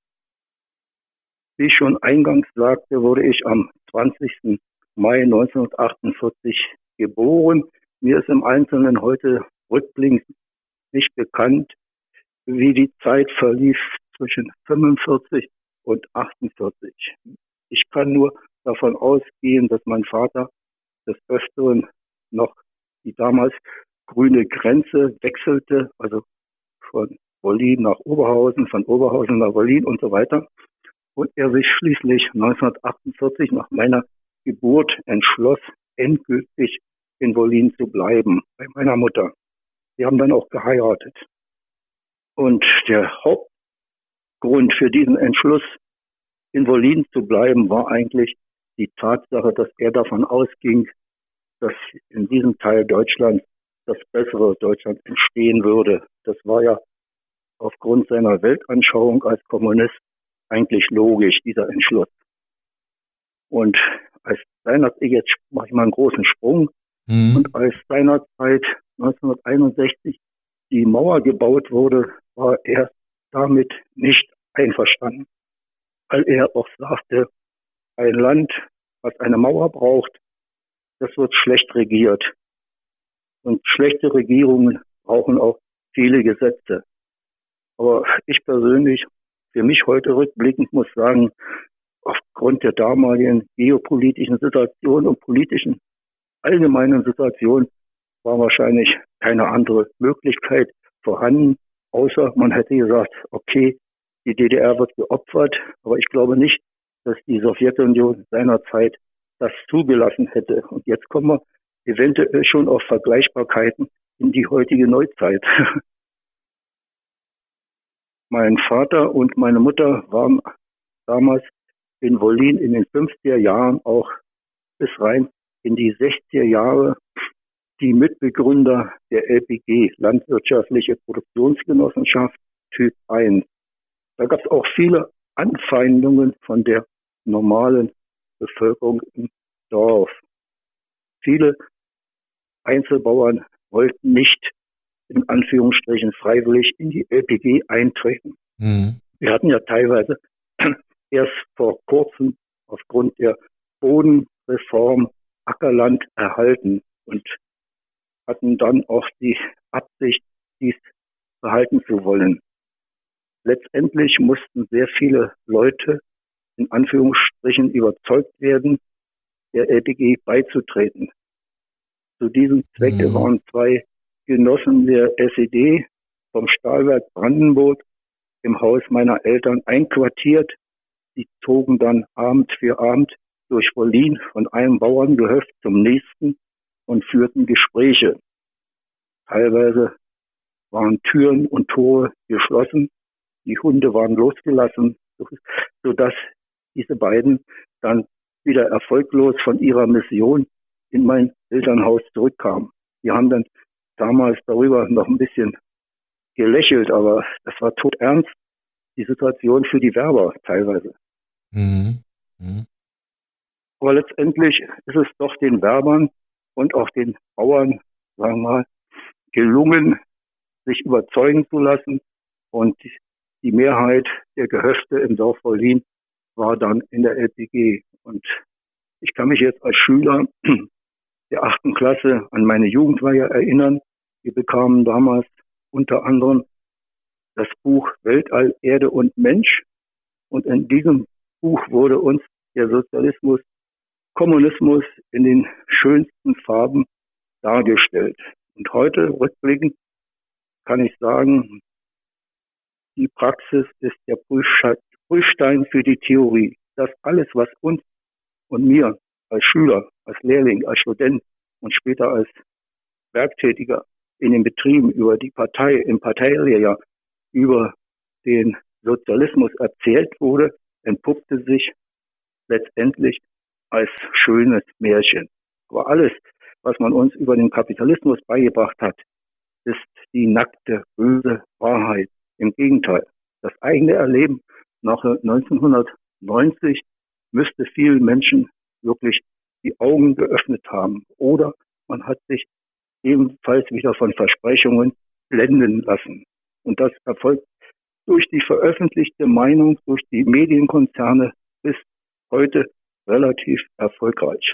Wie ich schon eingangs sagte, wurde ich am zwanzigsten Mai neunzehnhundertachtundvierzig geboren. Mir ist im Einzelnen heute rückblickend nicht bekannt, wie die Zeit verlief zwischen fünfundvierzig und achtundvierzig. Ich kann nur davon ausgehen, dass mein Vater des Öfteren noch die damals grüne Grenze wechselte, also von Wollin nach Oberhausen, von Oberhausen nach Wollin und so weiter. Und er sich schließlich neunzehnhundertachtundvierzig nach meiner Geburt entschloss, endgültig in Wollin zu bleiben, bei meiner Mutter. Sie haben dann auch geheiratet. Und der Hauptgrund für diesen Entschluss, in Wollin zu bleiben, war eigentlich die Tatsache, dass er davon ausging, dass in diesem Teil Deutschlands das bessere Deutschland entstehen würde. Das war ja aufgrund seiner Weltanschauung als Kommunist eigentlich logisch, dieser Entschluss. Und als seiner, jetzt mache ich mal einen großen Sprung, mhm. und als seinerzeit neunzehnhunderteinundsechzig die Mauer gebaut wurde, war er damit nicht einverstanden, weil er auch sagte, ein Land, was eine Mauer braucht, das wird schlecht regiert. Und schlechte Regierungen brauchen auch viele Gesetze. Aber ich persönlich, für mich heute rückblickend, muss sagen, aufgrund der damaligen geopolitischen Situation und politischen allgemeinen Situation war wahrscheinlich keine andere Möglichkeit vorhanden, außer man hätte gesagt, okay, die D D R wird geopfert, aber ich glaube nicht, dass die Sowjetunion seinerzeit das zugelassen hätte. Und jetzt kommen wir eventuell schon auf Vergleichbarkeiten in die heutige Neuzeit. Mein Vater und meine Mutter waren damals in Wollin in den fünfziger Jahren, auch bis rein in die sechziger Jahre, die Mitbegründer der L P G, Landwirtschaftliche Produktionsgenossenschaft Typ eins. Da gab es auch viele Anfeindungen von der normalen Bevölkerung im Dorf. Viele Einzelbauern wollten nicht in Anführungsstrichen freiwillig in die L P G eintreten. Mhm. Wir hatten ja teilweise erst vor kurzem aufgrund der Bodenreform Ackerland erhalten und hatten dann auch die Absicht, dies behalten zu wollen. Letztendlich mussten sehr viele Leute in Anführungsstrichen überzeugt werden, der L P G beizutreten. Zu diesem Zwecke mhm. waren zwei Genossen der S E D vom Stahlwerk Brandenburg im Haus meiner Eltern einquartiert. Die zogen dann Abend für Abend durch Wollin von einem Bauerngehöft zum nächsten und führten Gespräche. Teilweise waren Türen und Tore geschlossen, die Hunde waren losgelassen, sodass diese beiden dann wieder erfolglos von ihrer Mission in mein Elternhaus zurückkamen. Die haben dann damals darüber noch ein bisschen gelächelt, aber das war todernst, die Situation für die Werber teilweise. Mhm. Mhm. Aber letztendlich ist es doch den Werbern und auch den Bauern, sagen wir mal, gelungen, sich überzeugen zu lassen. Und die Mehrheit der Gehöfte im Dorf Wollin war dann in der L P G. Und ich kann mich jetzt als Schüler der achten Klasse an meine Jugendweihe erinnern. Wir bekamen damals unter anderem das Buch Weltall, Erde und Mensch. Und in diesem Buch wurde uns der Sozialismus, Kommunismus in den schönsten Farben dargestellt. Und heute, rückblickend, kann ich sagen, die Praxis ist der Prüfstein für die Theorie. Das alles, was uns und mir als Schüler, als Lehrling, als Student und später als Werktätiger in den Betrieben über die Partei, im Parteilehrjahr, über den Sozialismus erzählt wurde, entpuppte sich letztendlich als schönes Märchen. Aber alles, was man uns über den Kapitalismus beigebracht hat, ist die nackte, böse Wahrheit. Im Gegenteil, das eigene Erleben nach neunzehnhundertneunzig müsste vielen Menschen wirklich die Augen geöffnet haben. Oder man hat sich ebenfalls wieder von Versprechungen blenden lassen. Und das erfolgt durch die veröffentlichte Meinung, durch die Medienkonzerne bis heute relativ erfolgreich.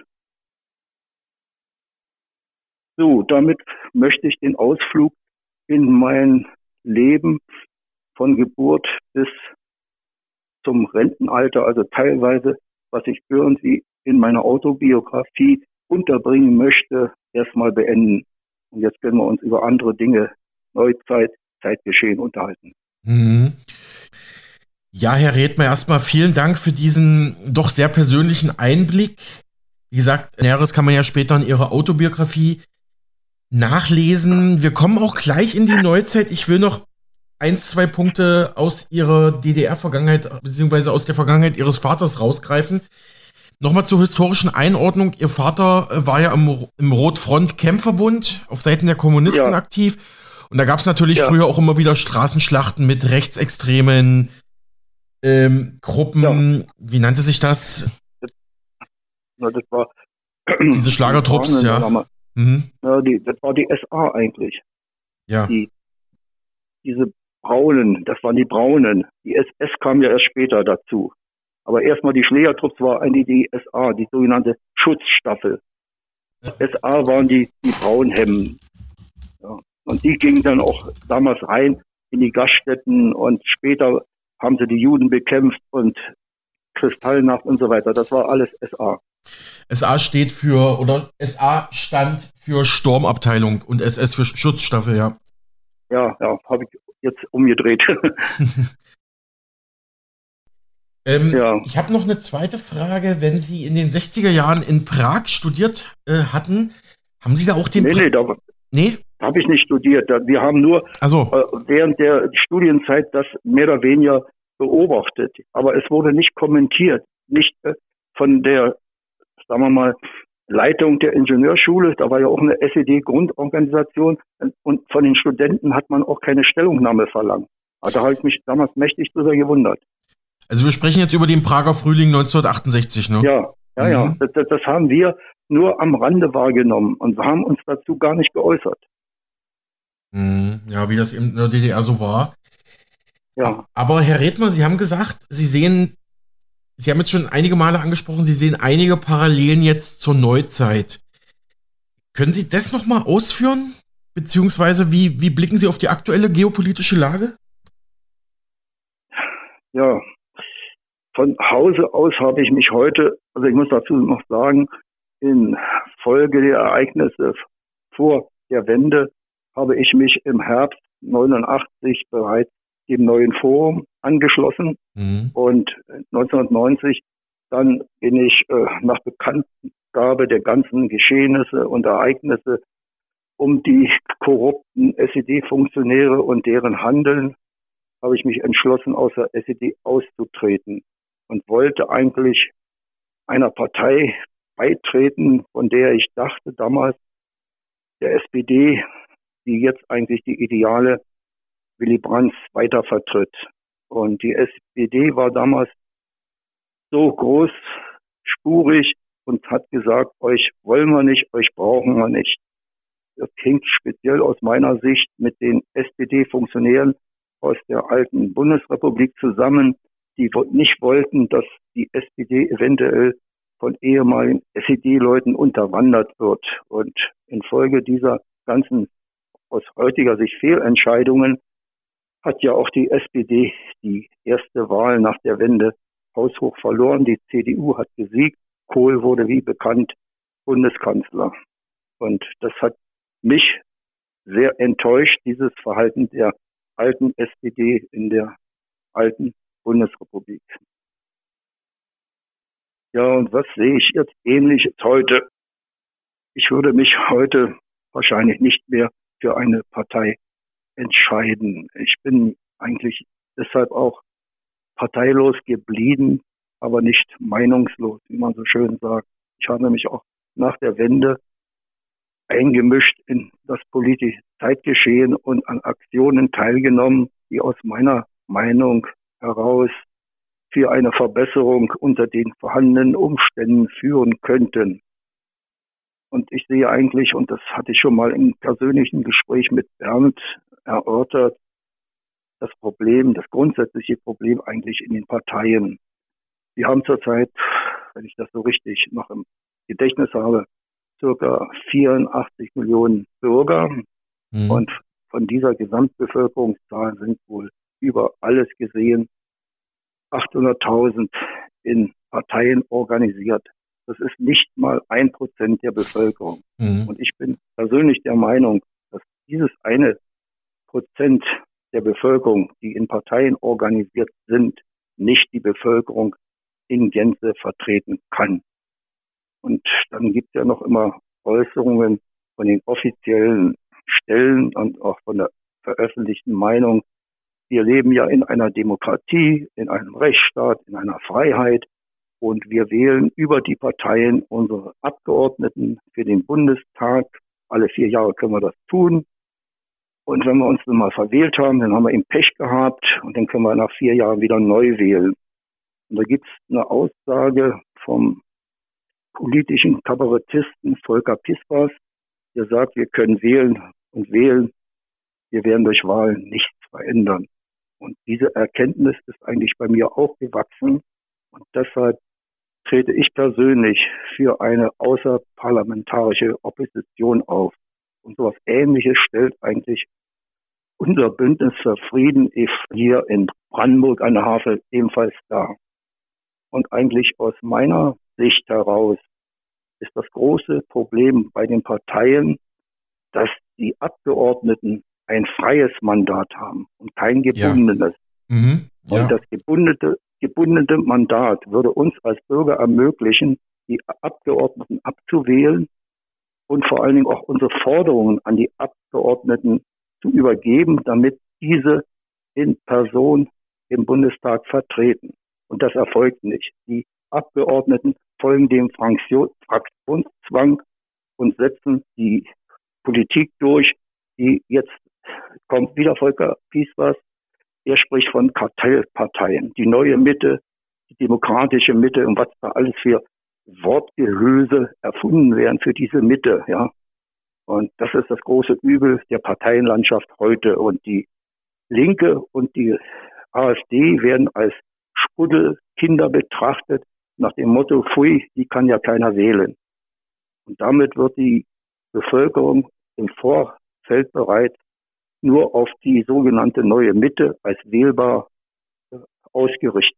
So, damit möchte ich den Ausflug in mein Leben von Geburt bis zum Rentenalter, also teilweise, was ich irgendwie in meiner Autobiografie unterbringen möchte, erstmal beenden. Und jetzt können wir uns über andere Dinge, Neuzeit, Zeitgeschehen unterhalten. Mhm. Ja, Herr Redmer, erstmal vielen Dank für diesen doch sehr persönlichen Einblick. Wie gesagt, Näheres kann man ja später in Ihrer Autobiografie nachlesen. Wir kommen auch gleich in die Neuzeit. Ich will noch ein, zwei Punkte aus Ihrer D D R-Vergangenheit, beziehungsweise aus der Vergangenheit Ihres Vaters rausgreifen. Nochmal zur historischen Einordnung. Ihr Vater war ja im, im Rotfront-Kämpferbund auf Seiten der Kommunisten Ja. aktiv. Und da gab es natürlich Ja. früher auch immer wieder Straßenschlachten mit rechtsextremen ähm, Gruppen. Ja. Wie nannte sich das? Ja, das war Diese Schlagertrupps, die ja. Bahnen, Mhm. ja die, das war die S A eigentlich. Ja. Die, diese Braunen, das waren die Braunen. Die S S kam ja erst später dazu. Aber erstmal die Schlägertrupps war eigentlich die S A, die sogenannte Schutzstaffel. S A waren die, die Braunhemden. Ja. Und die gingen dann auch damals rein in die Gaststätten und später haben sie die Juden bekämpft und Kristallnacht und so weiter. Das war alles S A. S A steht für, oder S A stand für Sturmabteilung und S S für Schutzstaffel, ja. Ja, ja, habe ich jetzt umgedreht. ähm, Ja. Ich habe noch eine zweite Frage. Wenn Sie in den sechziger Jahren in Prag studiert äh, hatten, haben Sie da auch den... nee, pra- nee, da, nee? da habe ich nicht studiert. Da, wir haben nur Also, äh, während der Studienzeit das mehr oder weniger beobachtet. Aber es wurde nicht kommentiert. Nicht äh, von der, sagen wir mal, Leitung der Ingenieurschule. Da war ja auch eine S E D-Grundorganisation. Und von den Studenten hat man auch keine Stellungnahme verlangt. Also da habe ich mich damals mächtig drüber gewundert. also wir sprechen jetzt über den Prager Frühling neunzehnhundertachtundsechzig, ne? Ja, ja, Mhm. ja. Das, das, das haben wir nur am Rande wahrgenommen und wir haben uns dazu gar nicht geäußert. Mhm. Ja, wie das eben in der D D R so war. Ja, Aber Herr Redmer, Sie haben gesagt, Sie sehen, Sie haben jetzt schon einige Male angesprochen, Sie sehen einige Parallelen jetzt zur Neuzeit. Können Sie das nochmal ausführen? Beziehungsweise wie, wie blicken Sie auf die aktuelle geopolitische Lage? ja. Von Hause aus habe ich mich heute, also ich muss dazu noch sagen, in Folge der Ereignisse vor der Wende habe ich mich im Herbst neunundachtzig bereits dem neuen Forum angeschlossen. Mhm. Und neunzehnhundertneunzig, dann bin ich äh, nach Bekanntgabe der ganzen Geschehnisse und Ereignisse um die korrupten S E D-Funktionäre und deren Handeln, habe ich mich entschlossen, aus der S E D auszutreten und wollte eigentlich einer Partei beitreten, von der ich dachte damals, der S P D, die jetzt eigentlich die Ideale Willy Brandts weiter vertritt. Und die S P D war damals so großspurig und hat gesagt, euch wollen wir nicht, euch brauchen wir nicht. Das hängt speziell aus meiner Sicht mit den S P D-Funktionären aus der alten Bundesrepublik zusammen, die nicht wollten, dass die S P D eventuell von ehemaligen S E D-Leuten unterwandert wird. Und infolge dieser ganzen aus heutiger Sicht Fehlentscheidungen hat ja auch die S P D die erste Wahl nach der Wende haushoch verloren. Die C D U hat gesiegt. Kohl wurde wie bekannt Bundeskanzler. Und das hat mich sehr enttäuscht, dieses Verhalten der alten S P D in der alten Bundesrepublik. Ja, und was sehe ich jetzt Ähnliches heute? Ich würde mich heute wahrscheinlich nicht mehr für eine Partei entscheiden. Ich bin eigentlich deshalb auch parteilos geblieben, aber nicht meinungslos, wie man so schön sagt. Ich habe mich auch nach der Wende eingemischt in das politische Zeitgeschehen und an Aktionen teilgenommen, die aus meiner Meinung heraus für eine Verbesserung unter den vorhandenen Umständen führen könnten. Und ich sehe eigentlich, und das hatte ich schon mal im persönlichen Gespräch mit Bernd erörtert, das Problem, das grundsätzliche Problem eigentlich in den Parteien. Wir haben zurzeit, wenn ich das so richtig noch im Gedächtnis habe, circa vierundachtzig Millionen Bürger. Mhm. Und von dieser Gesamtbevölkerungszahl sind wohl über alles gesehen achthunderttausend in Parteien organisiert. Das ist nicht mal ein Prozent der Bevölkerung. Mhm. Und ich bin persönlich der Meinung, dass dieses eine Prozent der Bevölkerung, die in Parteien organisiert sind, nicht die Bevölkerung in Gänze vertreten kann. Und dann gibt es ja noch immer Äußerungen von den offiziellen Stellen und auch von der veröffentlichten Meinung. Wir leben ja in einer Demokratie, in einem Rechtsstaat, in einer Freiheit und wir wählen über die Parteien unsere Abgeordneten für den Bundestag. Alle vier Jahre können wir das tun. Und wenn wir uns dann mal verwählt haben, dann haben wir eben Pech gehabt und dann können wir nach vier Jahren wieder neu wählen. Und da gibt es eine Aussage vom politischen Kabarettisten Volker Pispers, der sagt, wir können wählen und wählen, wir werden durch Wahlen nichts verändern. Und diese Erkenntnis ist eigentlich bei mir auch gewachsen und deshalb trete ich persönlich für eine außerparlamentarische Opposition auf. Und sowas Ähnliches stellt eigentlich unser Bündnis für Frieden hier in Brandenburg an der Havel ebenfalls dar. Und eigentlich aus meiner Sicht heraus ist das große Problem bei den Parteien, dass die Abgeordneten ein freies Mandat haben und kein gebundenes. Ja. Mhm. Ja. Und das gebundene, gebundene Mandat würde uns als Bürger ermöglichen, die Abgeordneten abzuwählen und vor allen Dingen auch unsere Forderungen an die Abgeordneten zu übergeben, damit diese in Person im Bundestag vertreten. Und das erfolgt nicht. Die Abgeordneten folgen dem Fraktionszwang und setzen die Politik durch, die jetzt kommt wieder Volker Pispers. Er spricht von Kartellparteien, die neue Mitte, die demokratische Mitte und was da alles für Wortgehülse erfunden werden für diese Mitte, ja. Und das ist das große Übel der Parteienlandschaft heute. Und die Linke und die AfD werden als Spuddelkinder betrachtet, nach dem Motto, pfui, die kann ja keiner wählen. Und damit wird die Bevölkerung im Vorfeld bereits nur auf die sogenannte neue Mitte als wählbar ausgerichtet.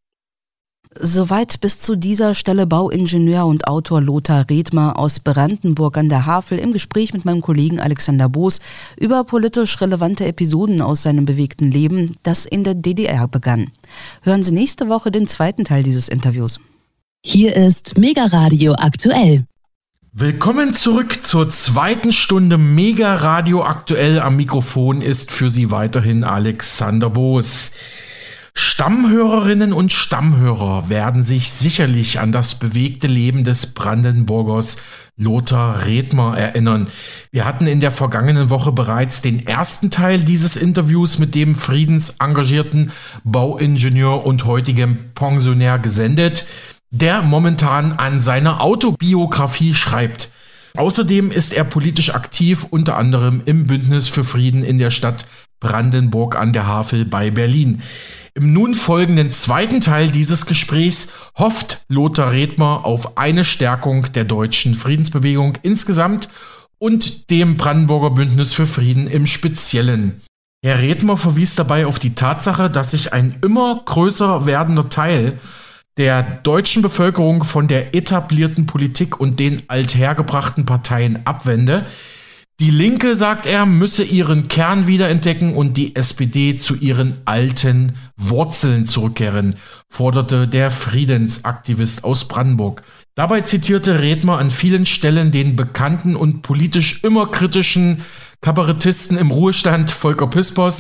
Soweit bis zu dieser Stelle Bauingenieur und Autor Lothar Redmer aus Brandenburg an der Havel im Gespräch mit meinem Kollegen Alexander Boos über politisch relevante Episoden aus seinem bewegten Leben, das in der D D R begann. Hören Sie nächste Woche den zweiten Teil dieses Interviews. Hier ist Mega Radio aktuell. Willkommen zurück zur zweiten Stunde Mega Radio aktuell. Am Mikrofon ist für Sie weiterhin Alexander Boos. Stammhörerinnen und Stammhörer werden sich sicherlich an das bewegte Leben des Brandenburgers Lothar Redmer erinnern. Wir hatten in der vergangenen Woche bereits den ersten Teil dieses Interviews mit dem friedensengagierten Bauingenieur und heutigem Pensionär gesendet, der momentan an seiner Autobiografie schreibt. Außerdem ist er politisch aktiv, unter anderem im Bündnis für Frieden in der Stadt Brandenburg an der Havel bei Berlin. Im nun folgenden zweiten Teil dieses Gesprächs hofft Lothar Redmer auf eine Stärkung der deutschen Friedensbewegung insgesamt und dem Brandenburger Bündnis für Frieden im Speziellen. Herr Redmer verwies dabei auf die Tatsache, dass sich ein immer größer werdender Teil der deutschen Bevölkerung von der etablierten Politik und den althergebrachten Parteien abwende. Die Linke, sagt er, müsse ihren Kern wiederentdecken und die S P D zu ihren alten Wurzeln zurückkehren, forderte der Friedensaktivist aus Brandenburg. Dabei zitierte Redmer an vielen Stellen den bekannten und politisch immer kritischen Kabarettisten im Ruhestand Volker Pispers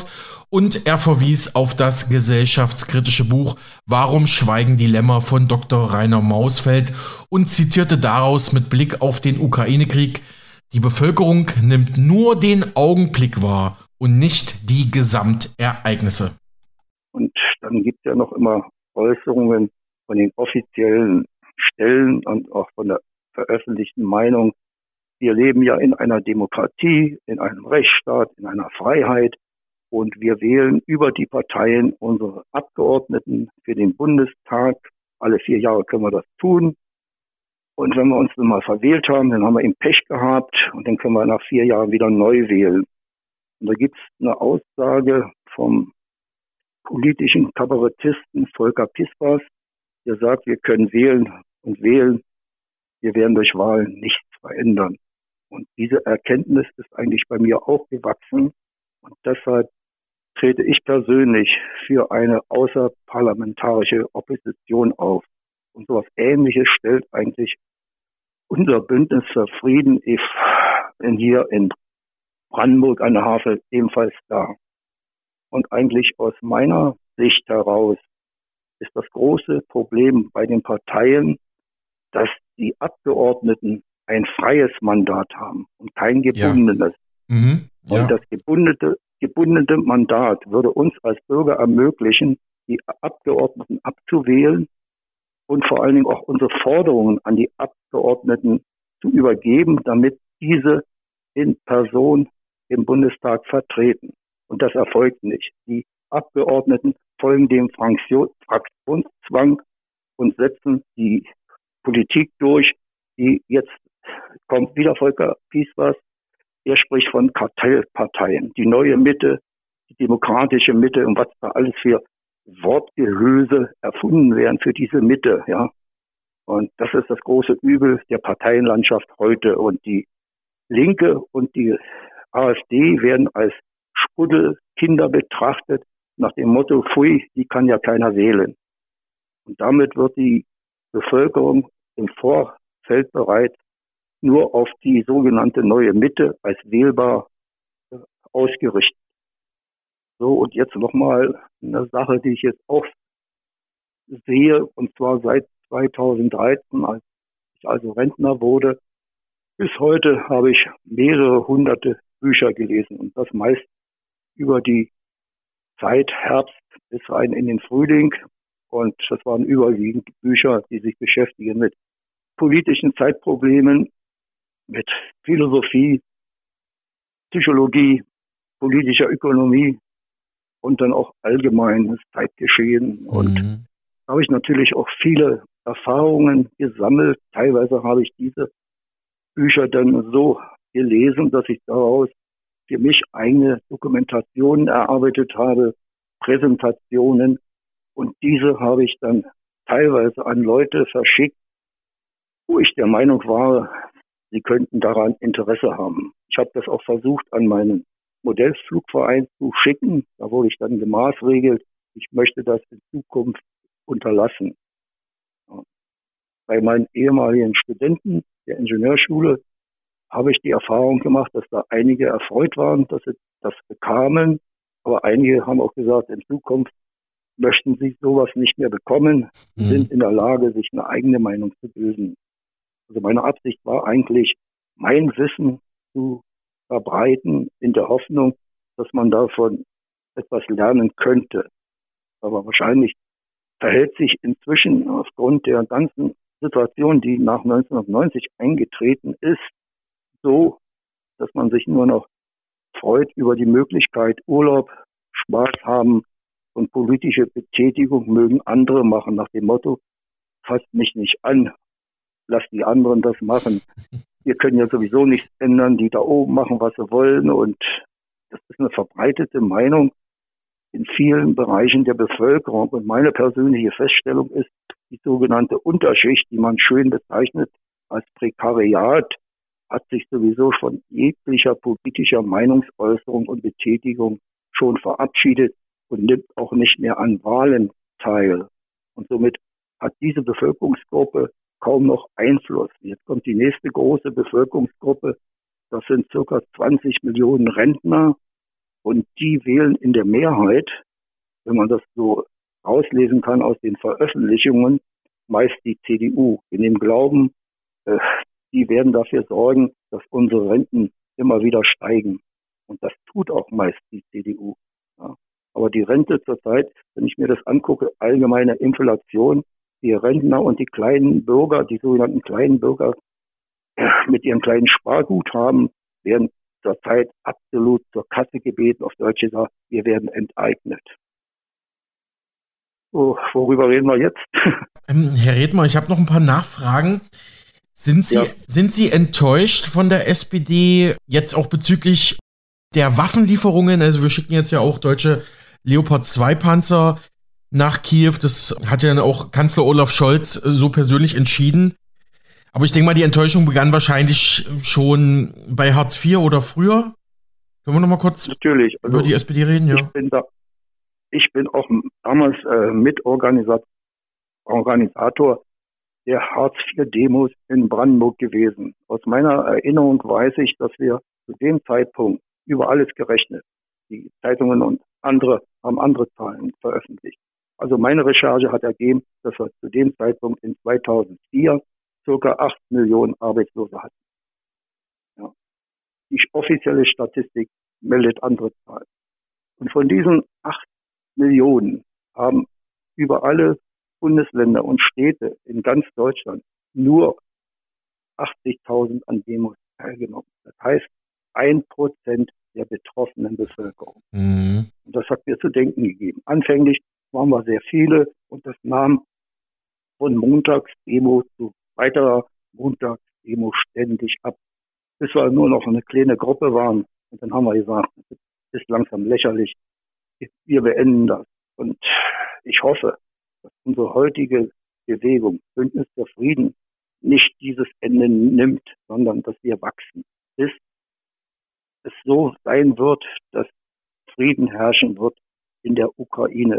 Und er verwies auf das gesellschaftskritische Buch Warum schweigen die Lämmer von Doktor Rainer Mausfeld und zitierte daraus mit Blick auf den Ukraine-Krieg: Die Bevölkerung nimmt nur den Augenblick wahr und nicht die Gesamtereignisse. Und dann gibt es ja noch immer Äußerungen von den offiziellen Stellen und auch von der veröffentlichten Meinung. Wir leben ja in einer Demokratie, in einem Rechtsstaat, in einer Freiheit und wir wählen über die Parteien unsere Abgeordneten für den Bundestag. Alle vier Jahre können wir das tun. Und wenn wir uns nun mal verwählt haben, dann haben wir eben Pech gehabt und dann können wir nach vier Jahren wieder neu wählen. Und da gibt es eine Aussage vom politischen Kabarettisten Volker Pispers, der sagt, wir können wählen und wählen, wir werden durch Wahlen nichts verändern. Und diese Erkenntnis ist eigentlich bei mir auch gewachsen. Und deshalb trete ich persönlich für eine außerparlamentarische Opposition auf. Und sowas Ähnliches stellt eigentlich unser Bündnis für Frieden hier in Brandenburg an der Havel ebenfalls dar. Und eigentlich aus meiner Sicht heraus ist das große Problem bei den Parteien, dass die Abgeordneten ein freies Mandat haben und kein gebundenes. Ja. Mhm. Ja. Und das gebundene, gebundene Mandat würde uns als Bürger ermöglichen, die Abgeordneten abzuwählen und vor allen Dingen auch unsere Forderungen an die Abgeordneten zu übergeben, damit diese in Person im Bundestag vertreten. Und das erfolgt nicht. Die Abgeordneten folgen dem Fraktionszwang und setzen die Politik durch, die jetzt kommt wieder Volker Pispers. Er spricht von Kartellparteien, die neue Mitte, die demokratische Mitte und was da alles für Wortgehülse erfunden werden für diese Mitte, ja. Und das ist das große Übel der Parteienlandschaft heute. Und die Linke und die AfD werden als Schmuddelkinder betrachtet, nach dem Motto, pfui, die kann ja keiner wählen. Und damit wird die Bevölkerung im Vorfeld bereits nur auf die sogenannte neue Mitte als wählbar äh, ausgerichtet. So, und jetzt nochmal eine Sache, die ich jetzt auch sehe, und zwar seit zweitausenddreizehn, als ich also Rentner wurde, bis heute habe ich mehrere hunderte Bücher gelesen und das meist über die Zeit Herbst bis rein in den Frühling. Und das waren überwiegend Bücher, die sich beschäftigen mit politischen Zeitproblemen, mit Philosophie, Psychologie, politischer Ökonomie und dann auch allgemeines Zeitgeschehen. Mhm. Und da habe ich natürlich auch viele Erfahrungen gesammelt. Teilweise habe ich diese Bücher dann so gelesen, dass ich daraus für mich eigene Dokumentationen erarbeitet habe, Präsentationen. Und diese habe ich dann teilweise an Leute verschickt, wo ich der Meinung war, sie könnten daran Interesse haben. Ich habe das auch versucht, an meinen Modellflugverein zu schicken. Da wurde ich dann gemaßregelt. Ich möchte das in Zukunft unterlassen. Bei meinen ehemaligen Studenten der Ingenieurschule habe ich die Erfahrung gemacht, dass da einige erfreut waren, dass sie das bekamen. Aber einige haben auch gesagt, in Zukunft möchten sie sowas nicht mehr bekommen, mhm. sind in der Lage, sich eine eigene Meinung zu bilden. Also meine Absicht war eigentlich, mein Wissen zu verbreiten, in der Hoffnung, dass man davon etwas lernen könnte. Aber wahrscheinlich verhält sich inzwischen aufgrund der ganzen Situation, die nach neunzehnhundertneunzig eingetreten ist, so, dass man sich nur noch freut über die Möglichkeit, Urlaub, Spaß haben und politische Betätigung mögen andere machen, nach dem Motto, fasst mich nicht an, lass die anderen das machen. Wir können ja sowieso nichts ändern, die da oben machen, was sie wollen. Und das ist eine verbreitete Meinung in vielen Bereichen der Bevölkerung. Und meine persönliche Feststellung ist, die sogenannte Unterschicht, die man schön bezeichnet als Prekariat, hat sich sowieso von jeglicher politischer Meinungsäußerung und Betätigung schon verabschiedet und nimmt auch nicht mehr an Wahlen teil. Und somit hat diese Bevölkerungsgruppe kaum noch Einfluss. Jetzt kommt die nächste große Bevölkerungsgruppe, das sind circa zwanzig Millionen Rentner Und die wählen in der Mehrheit, wenn man das so rauslesen kann aus den Veröffentlichungen, meist die C D U. In dem Glauben, äh, die werden dafür sorgen, dass unsere Renten immer wieder steigen. Und das tut auch meist die C D U. Ja. Aber die Rente zurzeit, wenn ich mir das angucke, allgemeine Inflation, die Rentner und die kleinen Bürger, die sogenannten kleinen Bürger äh, mit ihren kleinen Sparguthaben, werden zurzeit absolut zur Kasse gebeten, auf Deutsch gesagt, wir werden enteignet. So, worüber reden wir jetzt? Ähm, Herr Redmer, ich habe noch ein paar Nachfragen. Sind Sie, Ja. sind Sie enttäuscht von der S P D jetzt auch bezüglich der Waffenlieferungen? Also wir schicken jetzt ja auch deutsche Leopard zwei Panzer nach Kiew. Das hat ja dann auch Kanzler Olaf Scholz so persönlich entschieden. Aber ich denke mal, die Enttäuschung begann wahrscheinlich schon bei Hartz vier oder früher. Können wir noch mal kurz Natürlich. Also, über die S P D reden? ich Ja. bin da, ich bin auch damals äh, Mitorganisator Organisator der Hartz vier Demos in Brandenburg gewesen. Aus meiner Erinnerung weiß ich, dass wir zu dem Zeitpunkt über alles gerechnet. Die Zeitungen und andere haben andere Zahlen veröffentlicht. Also meine Recherche hat ergeben, dass wir zu dem Zeitpunkt in zweitausendvier circa acht Millionen Arbeitslose hatten. Ja. Die offizielle Statistik meldet andere Zahlen. Und von diesen acht Millionen haben über alle Bundesländer und Städte in ganz Deutschland nur achtzigtausend an Demos teilgenommen. Das heißt, ein Prozent der betroffenen Bevölkerung. Mhm. Und das hat mir zu denken gegeben. Anfänglich waren wir sehr viele und das nahm von Montagsdemo zu weiterer Montagsdemo ständig ab, bis wir nur noch eine kleine Gruppe waren. Und dann haben wir gesagt, das ist langsam lächerlich. Wir beenden das. Und ich hoffe, dass unsere heutige Bewegung, Bündnis für Frieden, nicht dieses Ende nimmt, sondern dass wir wachsen, bis es so sein wird, dass Frieden herrschen wird in der Ukraine.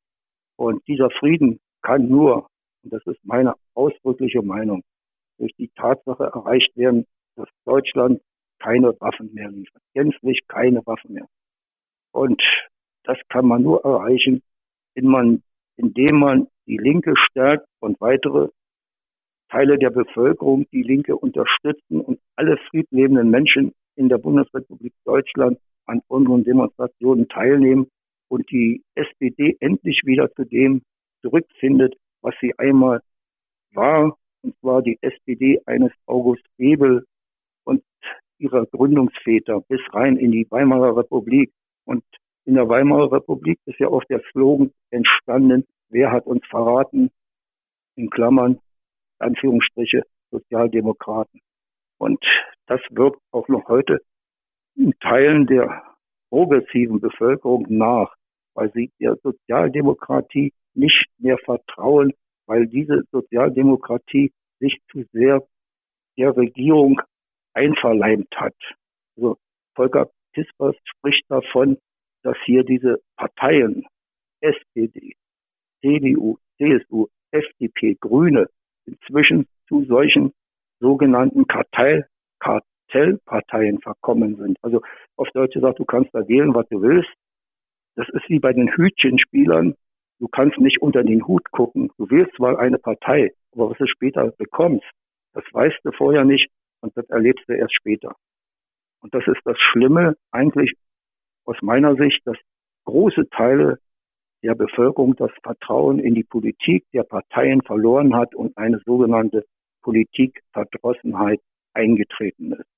Und dieser Frieden kann nur, und das ist meine ausdrückliche Meinung, durch die Tatsache erreicht werden, dass Deutschland keine Waffen mehr liefert, gänzlich keine Waffen mehr. Und das kann man nur erreichen, indem man, indem man die Linke stärkt und weitere Teile der Bevölkerung die Linke unterstützen und alle friedlebenden Menschen in der Bundesrepublik Deutschland an unseren Demonstrationen teilnehmen und die S P D endlich wieder zu dem zurückfindet, was sie einmal war, und zwar die S P D eines August Bebel und ihrer Gründungsväter bis rein in die Weimarer Republik. Und in der Weimarer Republik ist ja auch der Slogan entstanden, wer hat uns verraten, in Klammern, Anführungsstriche, Sozialdemokraten. Und das wirkt auch noch heute in Teilen der progressiven Bevölkerung nach, weil sie der Sozialdemokratie nicht mehr vertrauen, weil diese Sozialdemokratie sich zu sehr der Regierung einverleibt hat. Also Volker Pispers spricht davon, dass hier diese Parteien, S P D, C D U, C S U, F D P, Grüne, inzwischen zu solchen sogenannten Kartell, Kartellparteien verkommen sind. Also auf Deutsch gesagt, du kannst da wählen, was du willst. Das ist wie bei den Hütchenspielern. Du kannst nicht unter den Hut gucken. Du wählst zwar eine Partei, aber was du später bekommst, das weißt du vorher nicht und das erlebst du erst später. Und das ist das Schlimme eigentlich aus meiner Sicht, dass große Teile der Bevölkerung das Vertrauen in die Politik der Parteien verloren hat und eine sogenannte Politikverdrossenheit eingetreten ist.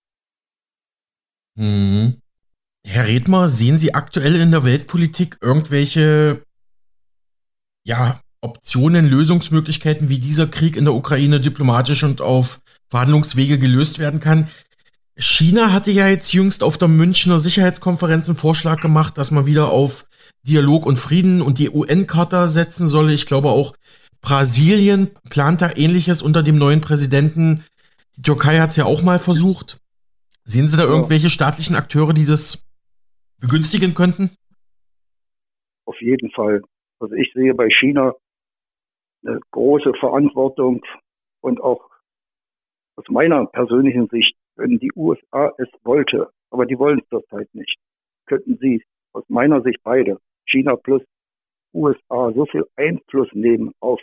Mhm. Herr Redmer, sehen Sie aktuell in der Weltpolitik irgendwelche ja, Optionen, Lösungsmöglichkeiten, wie dieser Krieg in der Ukraine diplomatisch und auf Verhandlungswege gelöst werden kann? China hatte ja jetzt jüngst auf der Münchner Sicherheitskonferenz einen Vorschlag gemacht, dass man wieder auf Dialog und Frieden und die U N-Charta setzen solle. Ich glaube auch Brasilien plant da Ähnliches unter dem neuen Präsidenten. Die Türkei hat es ja auch mal versucht. Sehen Sie da Ja. irgendwelche staatlichen Akteure, die das begünstigen könnten? Auf jeden Fall. Also ich sehe bei China eine große Verantwortung und auch aus meiner persönlichen Sicht, wenn die U S A es wollte, aber die wollen es zurzeit nicht, könnten sie aus meiner Sicht beide, China plus U S A, so viel Einfluss nehmen auf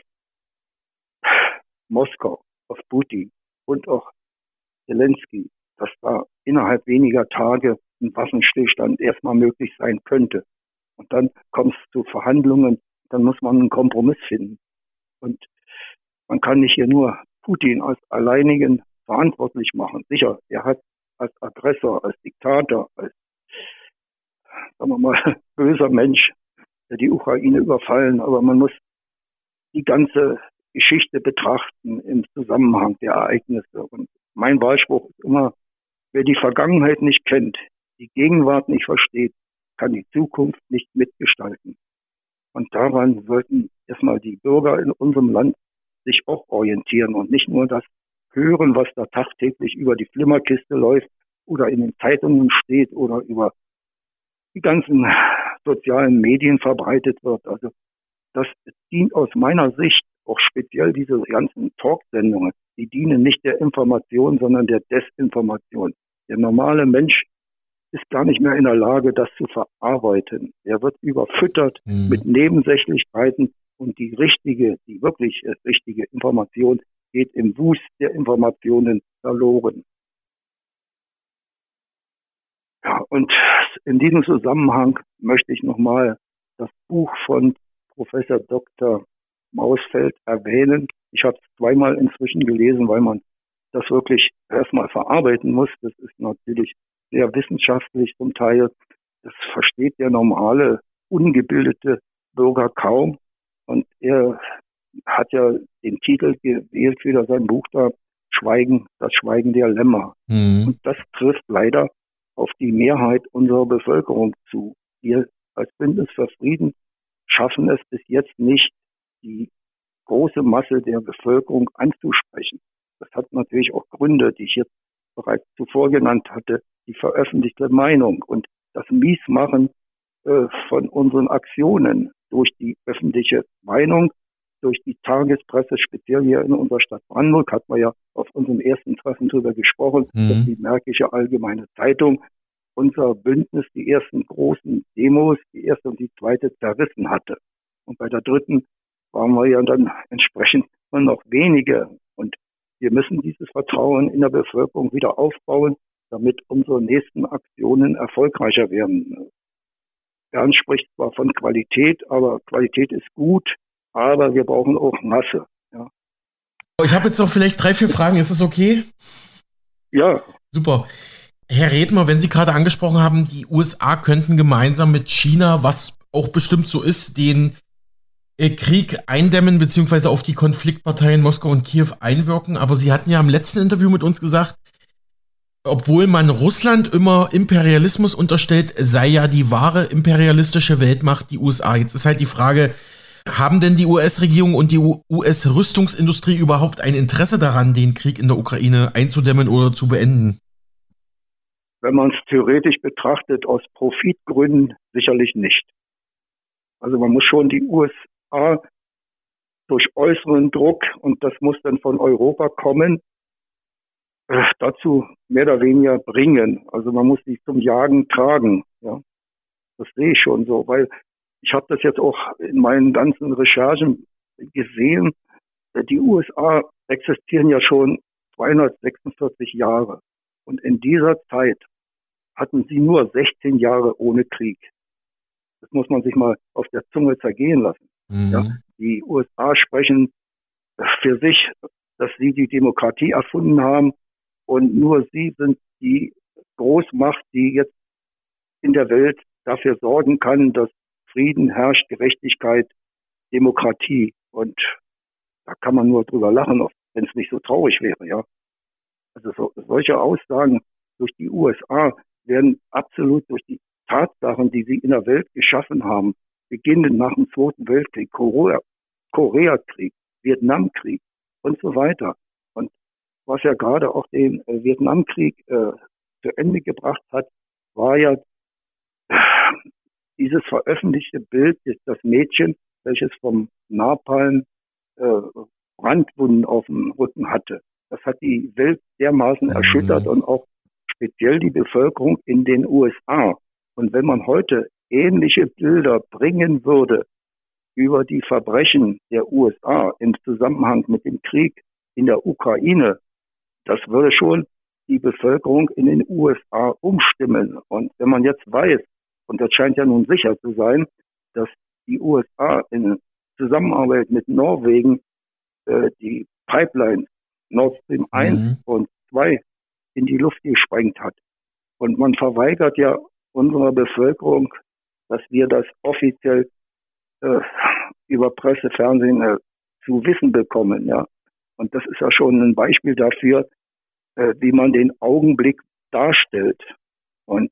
Moskau, auf Putin und auch Zelensky, dass da innerhalb weniger Tage ein Waffenstillstand erstmal möglich sein könnte. Und dann kommt es zu Verhandlungen, dann muss man einen Kompromiss finden. Und man kann nicht hier nur Putin als alleinigen verantwortlich machen. Sicher, er hat als Aggressor, als Diktator, als, sagen wir mal, böser Mensch die Ukraine überfallen, aber man muss die ganze Geschichte betrachten im Zusammenhang der Ereignisse. Und mein Wahlspruch ist immer, wer die Vergangenheit nicht kennt, die Gegenwart nicht versteht, kann die Zukunft nicht mitgestalten. Und daran sollten erstmal die Bürger in unserem Land sich auch orientieren und nicht nur das hören, was da tagtäglich über die Flimmerkiste läuft oder in den Zeitungen steht oder über die ganzen sozialen Medien verbreitet wird. Also das dient aus meiner Sicht, auch speziell diese ganzen Talksendungen, die dienen nicht der Information, sondern der Desinformation. Der normale Mensch ist gar nicht mehr in der Lage, das zu verarbeiten. Er wird überfüttert mhm. mit Nebensächlichkeiten und die richtige, die wirklich richtige Information geht im Wust der Informationen verloren. Ja, und in diesem Zusammenhang möchte ich nochmal das Buch von Professor Doktor Mausfeld erwähnen. Ich habe es zweimal inzwischen gelesen, weil man das wirklich erstmal verarbeiten muss. Das ist natürlich sehr wissenschaftlich zum Teil. Das versteht der normale, ungebildete Bürger kaum. Und er hat ja den Titel gewählt für sein Buch da, Schweigen, das Schweigen der Lämmer. Mhm. Und das trifft leider auf die Mehrheit unserer Bevölkerung zu. Wir als Bündnis für Frieden schaffen es bis jetzt nicht, die große Masse der Bevölkerung anzusprechen. Das hat natürlich auch Gründe, die ich jetzt bereits zuvor genannt hatte, die veröffentlichte Meinung und das Miesmachen äh, von unseren Aktionen durch die öffentliche Meinung, durch die Tagespresse, speziell hier in unserer Stadt Brandenburg, hat man ja auf unserem ersten Treffen darüber gesprochen, mhm. dass die Märkische Allgemeine Zeitung unser Bündnis die ersten großen Demos, die erste und die zweite zerrissen hatte. Und bei der dritten waren wir ja dann entsprechend nur noch wenige. Und wir müssen dieses Vertrauen in der Bevölkerung wieder aufbauen, damit unsere nächsten Aktionen erfolgreicher werden. Bernd spricht zwar von Qualität, aber Qualität ist gut, aber wir brauchen auch Masse. Ja. Ich habe jetzt noch vielleicht drei, vier Fragen. Ist das okay? Ja. Super. Herr Redmer, wenn Sie gerade angesprochen haben, die U S A könnten gemeinsam mit China, was auch bestimmt so ist, den äh, Krieg eindämmen bzw. auf die Konfliktparteien Moskau und Kiew einwirken. Aber Sie hatten ja im letzten Interview mit uns gesagt, obwohl man Russland immer Imperialismus unterstellt, sei ja die wahre imperialistische Weltmacht die U S A. Jetzt ist halt die Frage, haben denn die U S-Regierung und die U S-Rüstungsindustrie überhaupt ein Interesse daran, den Krieg in der Ukraine einzudämmen oder zu beenden? Wenn man es theoretisch betrachtet, aus Profitgründen sicherlich nicht. Also man muss schon die U S A durch äußeren Druck, und das muss dann von Europa kommen, äh, dazu mehr oder weniger bringen. Also man muss sie zum Jagen tragen. Ja, das sehe ich schon so, weil ich habe das jetzt auch in meinen ganzen Recherchen gesehen. Die U S A existieren ja schon zweihundertsechsundvierzig Jahre. Und in dieser Zeit hatten sie nur sechzehn Jahre ohne Krieg. Das muss man sich mal auf der Zunge zergehen lassen. Mhm. Ja, die U S A sprechen für sich, dass sie die Demokratie erfunden haben. Und nur sie sind die Großmacht, die jetzt in der Welt dafür sorgen kann, dass Frieden herrscht, Gerechtigkeit, Demokratie. Und da kann man nur drüber lachen, wenn es nicht so traurig wäre, ja. Also so, solche Aussagen durch die U S A werden absolut durch die Tatsachen, die sie in der Welt geschaffen haben, beginnend nach dem Zweiten Weltkrieg, Korea, Koreakrieg, Vietnamkrieg und so weiter. Und was ja gerade auch den äh, Vietnamkrieg äh, zu Ende gebracht hat, war ja äh, dieses veröffentlichte Bild, das Mädchen, welches vom Napalm äh, Brandwunden auf dem Rücken hatte. Das hat die Welt dermaßen erschüttert und auch speziell die Bevölkerung in den U S A. Und wenn man heute ähnliche Bilder bringen würde über die Verbrechen der U S A im Zusammenhang mit dem Krieg in der Ukraine, das würde schon die Bevölkerung in den U S A umstimmen. Und wenn man jetzt weiß, und das scheint ja nun sicher zu sein, dass die U S A in Zusammenarbeit mit Norwegen äh, die Pipeline Nord Stream eins mhm. und zwei in die Luft gesprengt hat. Und man verweigert ja unserer Bevölkerung, dass wir das offiziell äh, über Presse, Fernsehen äh, zu wissen bekommen. Ja. Und das ist ja schon ein Beispiel dafür, äh, wie man den Augenblick darstellt. Und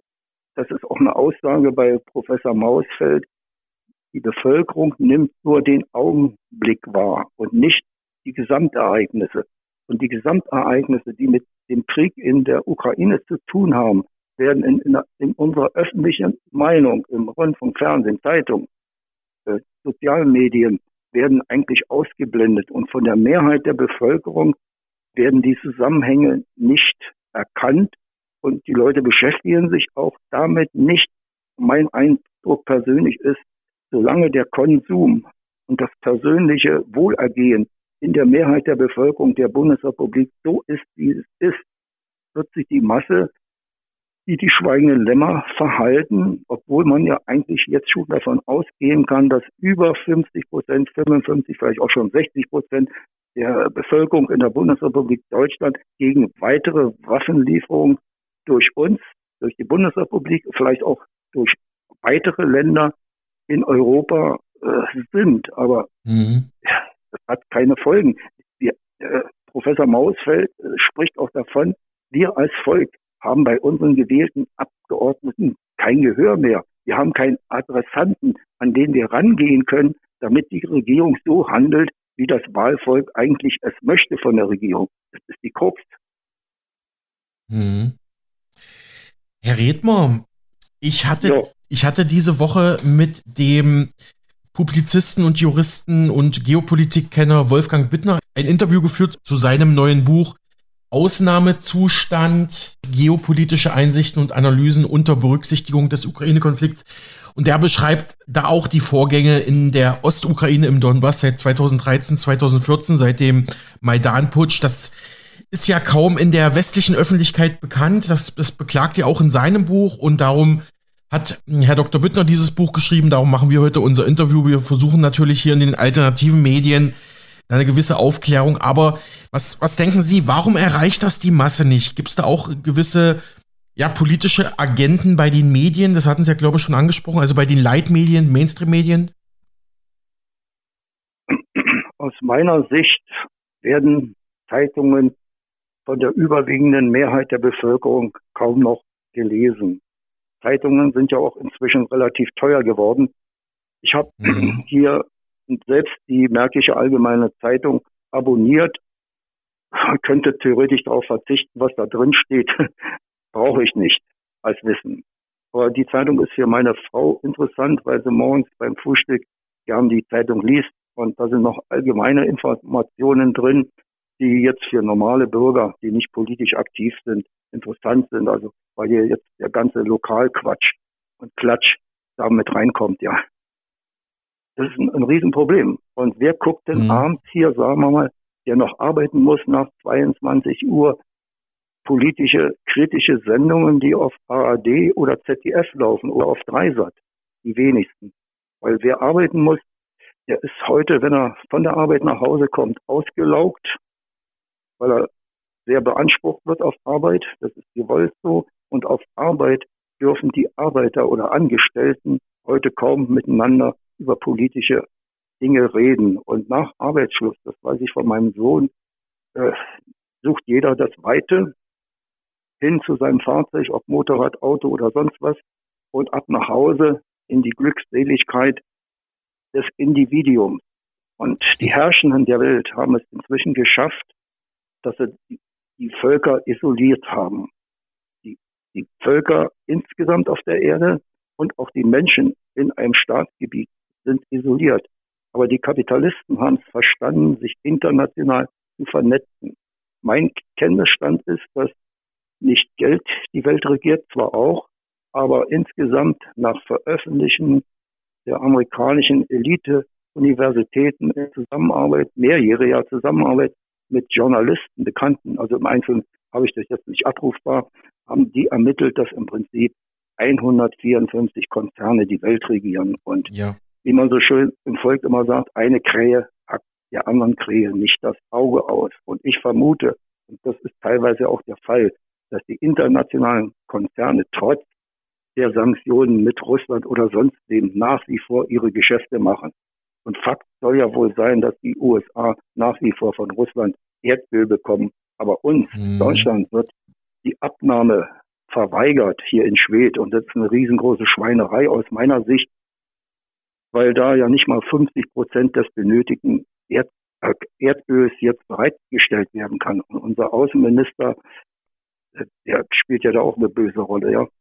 das ist auch eine Aussage bei Professor Mausfeld. Die Bevölkerung nimmt nur den Augenblick wahr und nicht die Gesamtereignisse. Und die Gesamtereignisse, die mit dem Krieg in der Ukraine zu tun haben, werden in, in, in unserer öffentlichen Meinung, im Rundfunk, Fernsehen, Zeitung, äh, sozialen Medien, werden eigentlich ausgeblendet. Und von der Mehrheit der Bevölkerung werden die Zusammenhänge nicht erkannt. Und die Leute beschäftigen sich auch damit nicht. Mein Eindruck persönlich ist, solange der Konsum und das persönliche Wohlergehen in der Mehrheit der Bevölkerung der Bundesrepublik so ist, wie es ist, wird sich die Masse, die die schweigenden Lämmer verhalten, obwohl man ja eigentlich jetzt schon davon ausgehen kann, dass über fünfzig Prozent, fünfundfünfzig, vielleicht auch schon sechzig Prozent der Bevölkerung in der Bundesrepublik Deutschland gegen weitere Waffenlieferungen durch uns, durch die Bundesrepublik, vielleicht auch durch weitere Länder in Europa äh, sind. Aber mhm. das hat keine Folgen. Wir, äh, Professor Mausfeld äh, spricht auch davon, wir als Volk haben bei unseren gewählten Abgeordneten kein Gehör mehr. Wir haben keinen Adressanten, an den wir rangehen können, damit die Regierung so handelt, wie das Wahlvolk eigentlich es möchte von der Regierung. Das ist die Krux. Mhm. Herr Redmer, ich hatte, ja. ich hatte diese Woche mit dem Publizisten und Juristen und Geopolitikkenner Wolfgang Bittner ein Interview geführt zu seinem neuen Buch Ausnahmezustand, geopolitische Einsichten und Analysen unter Berücksichtigung des Ukraine-Konflikts. Und der beschreibt da auch die Vorgänge in der Ostukraine im Donbass seit zweitausenddreizehn, zweitausendvierzehn, seit dem Maidan-Putsch. Das ist ja kaum in der westlichen Öffentlichkeit bekannt. Das, das beklagt er auch in seinem Buch. Und darum hat Herr Doktor Bittner dieses Buch geschrieben. Darum machen wir heute unser Interview. Wir versuchen natürlich hier in den alternativen Medien eine gewisse Aufklärung. Aber was, was denken Sie, warum erreicht das die Masse nicht? Gibt es da auch gewisse ja, politische Agenten bei den Medien? Das hatten Sie ja, glaube ich, schon angesprochen. Also bei den Leitmedien, Mainstream-Medien? Aus meiner Sicht werden Zeitungen von der überwiegenden Mehrheit der Bevölkerung kaum noch gelesen. Zeitungen sind ja auch inzwischen relativ teuer geworden. Ich habe mhm. hier selbst die Märkische Allgemeine Zeitung abonniert, könnte theoretisch darauf verzichten, was da drin steht. Brauche ich nicht als Wissen. Aber die Zeitung ist für meine Frau interessant, weil sie morgens beim Frühstück gern die Zeitung liest. Und da sind noch allgemeine Informationen drin, die jetzt für normale Bürger, die nicht politisch aktiv sind, interessant sind. Also weil hier jetzt der ganze Lokalquatsch und Klatsch da mit reinkommt, ja. Das ist ein, ein Riesenproblem. Und wer guckt denn mhm. abends hier, sagen wir mal, der noch arbeiten muss nach zweiundzwanzig Uhr, politische, kritische Sendungen, die auf A R D oder Z D F laufen oder auf Dreisat? Die wenigsten. Weil wer arbeiten muss, der ist heute, wenn er von der Arbeit nach Hause kommt, ausgelaugt, weil er sehr beansprucht wird auf Arbeit. Das ist gewollt so. Und auf Arbeit dürfen die Arbeiter oder Angestellten heute kaum miteinander über politische Dinge reden. Und nach Arbeitsschluss, das weiß ich von meinem Sohn, äh, sucht jeder das Weite hin zu seinem Fahrzeug, ob Motorrad, Auto oder sonst was, und ab nach Hause in die Glückseligkeit des Individuums. Und die Herrschenden der Welt haben es inzwischen geschafft, dass sie die Völker isoliert haben. Die, die Völker insgesamt auf der Erde und auch die Menschen in einem Staatsgebiet sind isoliert. Aber die Kapitalisten haben es verstanden, sich international zu vernetzen. Mein Kenntnisstand ist, dass nicht Geld die Welt regiert, zwar auch, Aber insgesamt nach Veröffentlichen der amerikanischen Elite-Universitäten in Zusammenarbeit, mehrjähriger Zusammenarbeit mit Journalisten, Bekannten, also im Einzelnen habe ich das jetzt nicht abrufbar, haben die ermittelt, dass im Prinzip hundertvierundfünfzig Konzerne die Welt regieren. Und ja. wie man so schön im Volk immer sagt, eine Krähe hackt der anderen Krähe nicht das Auge aus. Und ich vermute, und das ist teilweise auch der Fall, dass die internationalen Konzerne trotz der Sanktionen mit Russland oder sonst wem nach wie vor ihre Geschäfte machen. Und Fakt soll ja wohl sein, dass die U S A nach wie vor von Russland Erdöl bekommen. Aber uns, mhm. Deutschland, wird die Abnahme verweigert hier in Schwedt. Und das ist eine riesengroße Schweinerei aus meiner Sicht, weil da ja nicht mal fünfzig Prozent des benötigten Erd- äh, Erdöls jetzt bereitgestellt werden kann. Und unser Außenminister, der spielt ja da auch eine böse Rolle, ja.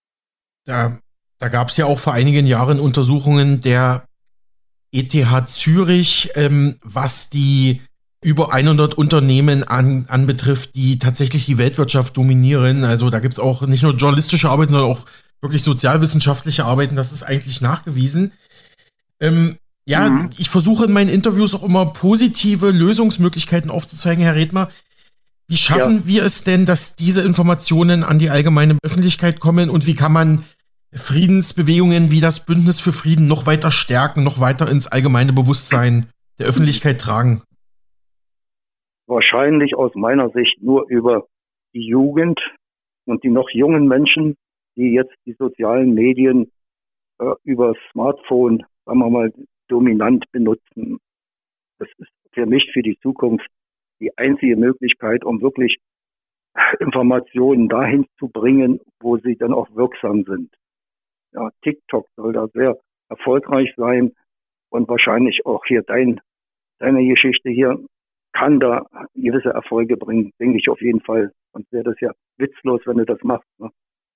Da, da gab es ja auch vor einigen Jahren Untersuchungen der E T H Zürich, ähm, was die über hundert Unternehmen an, anbetrifft, die tatsächlich die Weltwirtschaft dominieren. Also da gibt es auch nicht nur journalistische Arbeiten, sondern auch wirklich sozialwissenschaftliche Arbeiten. Das ist eigentlich nachgewiesen. Ähm, ja, mhm. ich versuche in meinen Interviews auch immer positive Lösungsmöglichkeiten aufzuzeigen, Herr Redmer. Wie schaffen ja. wir es denn, dass diese Informationen an die allgemeine Öffentlichkeit kommen und wie kann man Friedensbewegungen wie das Bündnis für Frieden noch weiter stärken, noch weiter ins allgemeine Bewusstsein der Öffentlichkeit tragen? Wahrscheinlich aus meiner Sicht nur über die Jugend und die noch jungen Menschen, die jetzt die sozialen Medien äh, über Smartphone, sagen wir mal, dominant benutzen. Das ist für mich für die Zukunft die einzige Möglichkeit, um wirklich Informationen dahin zu bringen, wo sie dann auch wirksam sind. Ja, TikTok soll da sehr erfolgreich sein und wahrscheinlich auch hier dein, deine Geschichte hier kann da gewisse Erfolge bringen, denke ich auf jeden Fall. Und wäre das ja witzlos, wenn du das machst. Ne?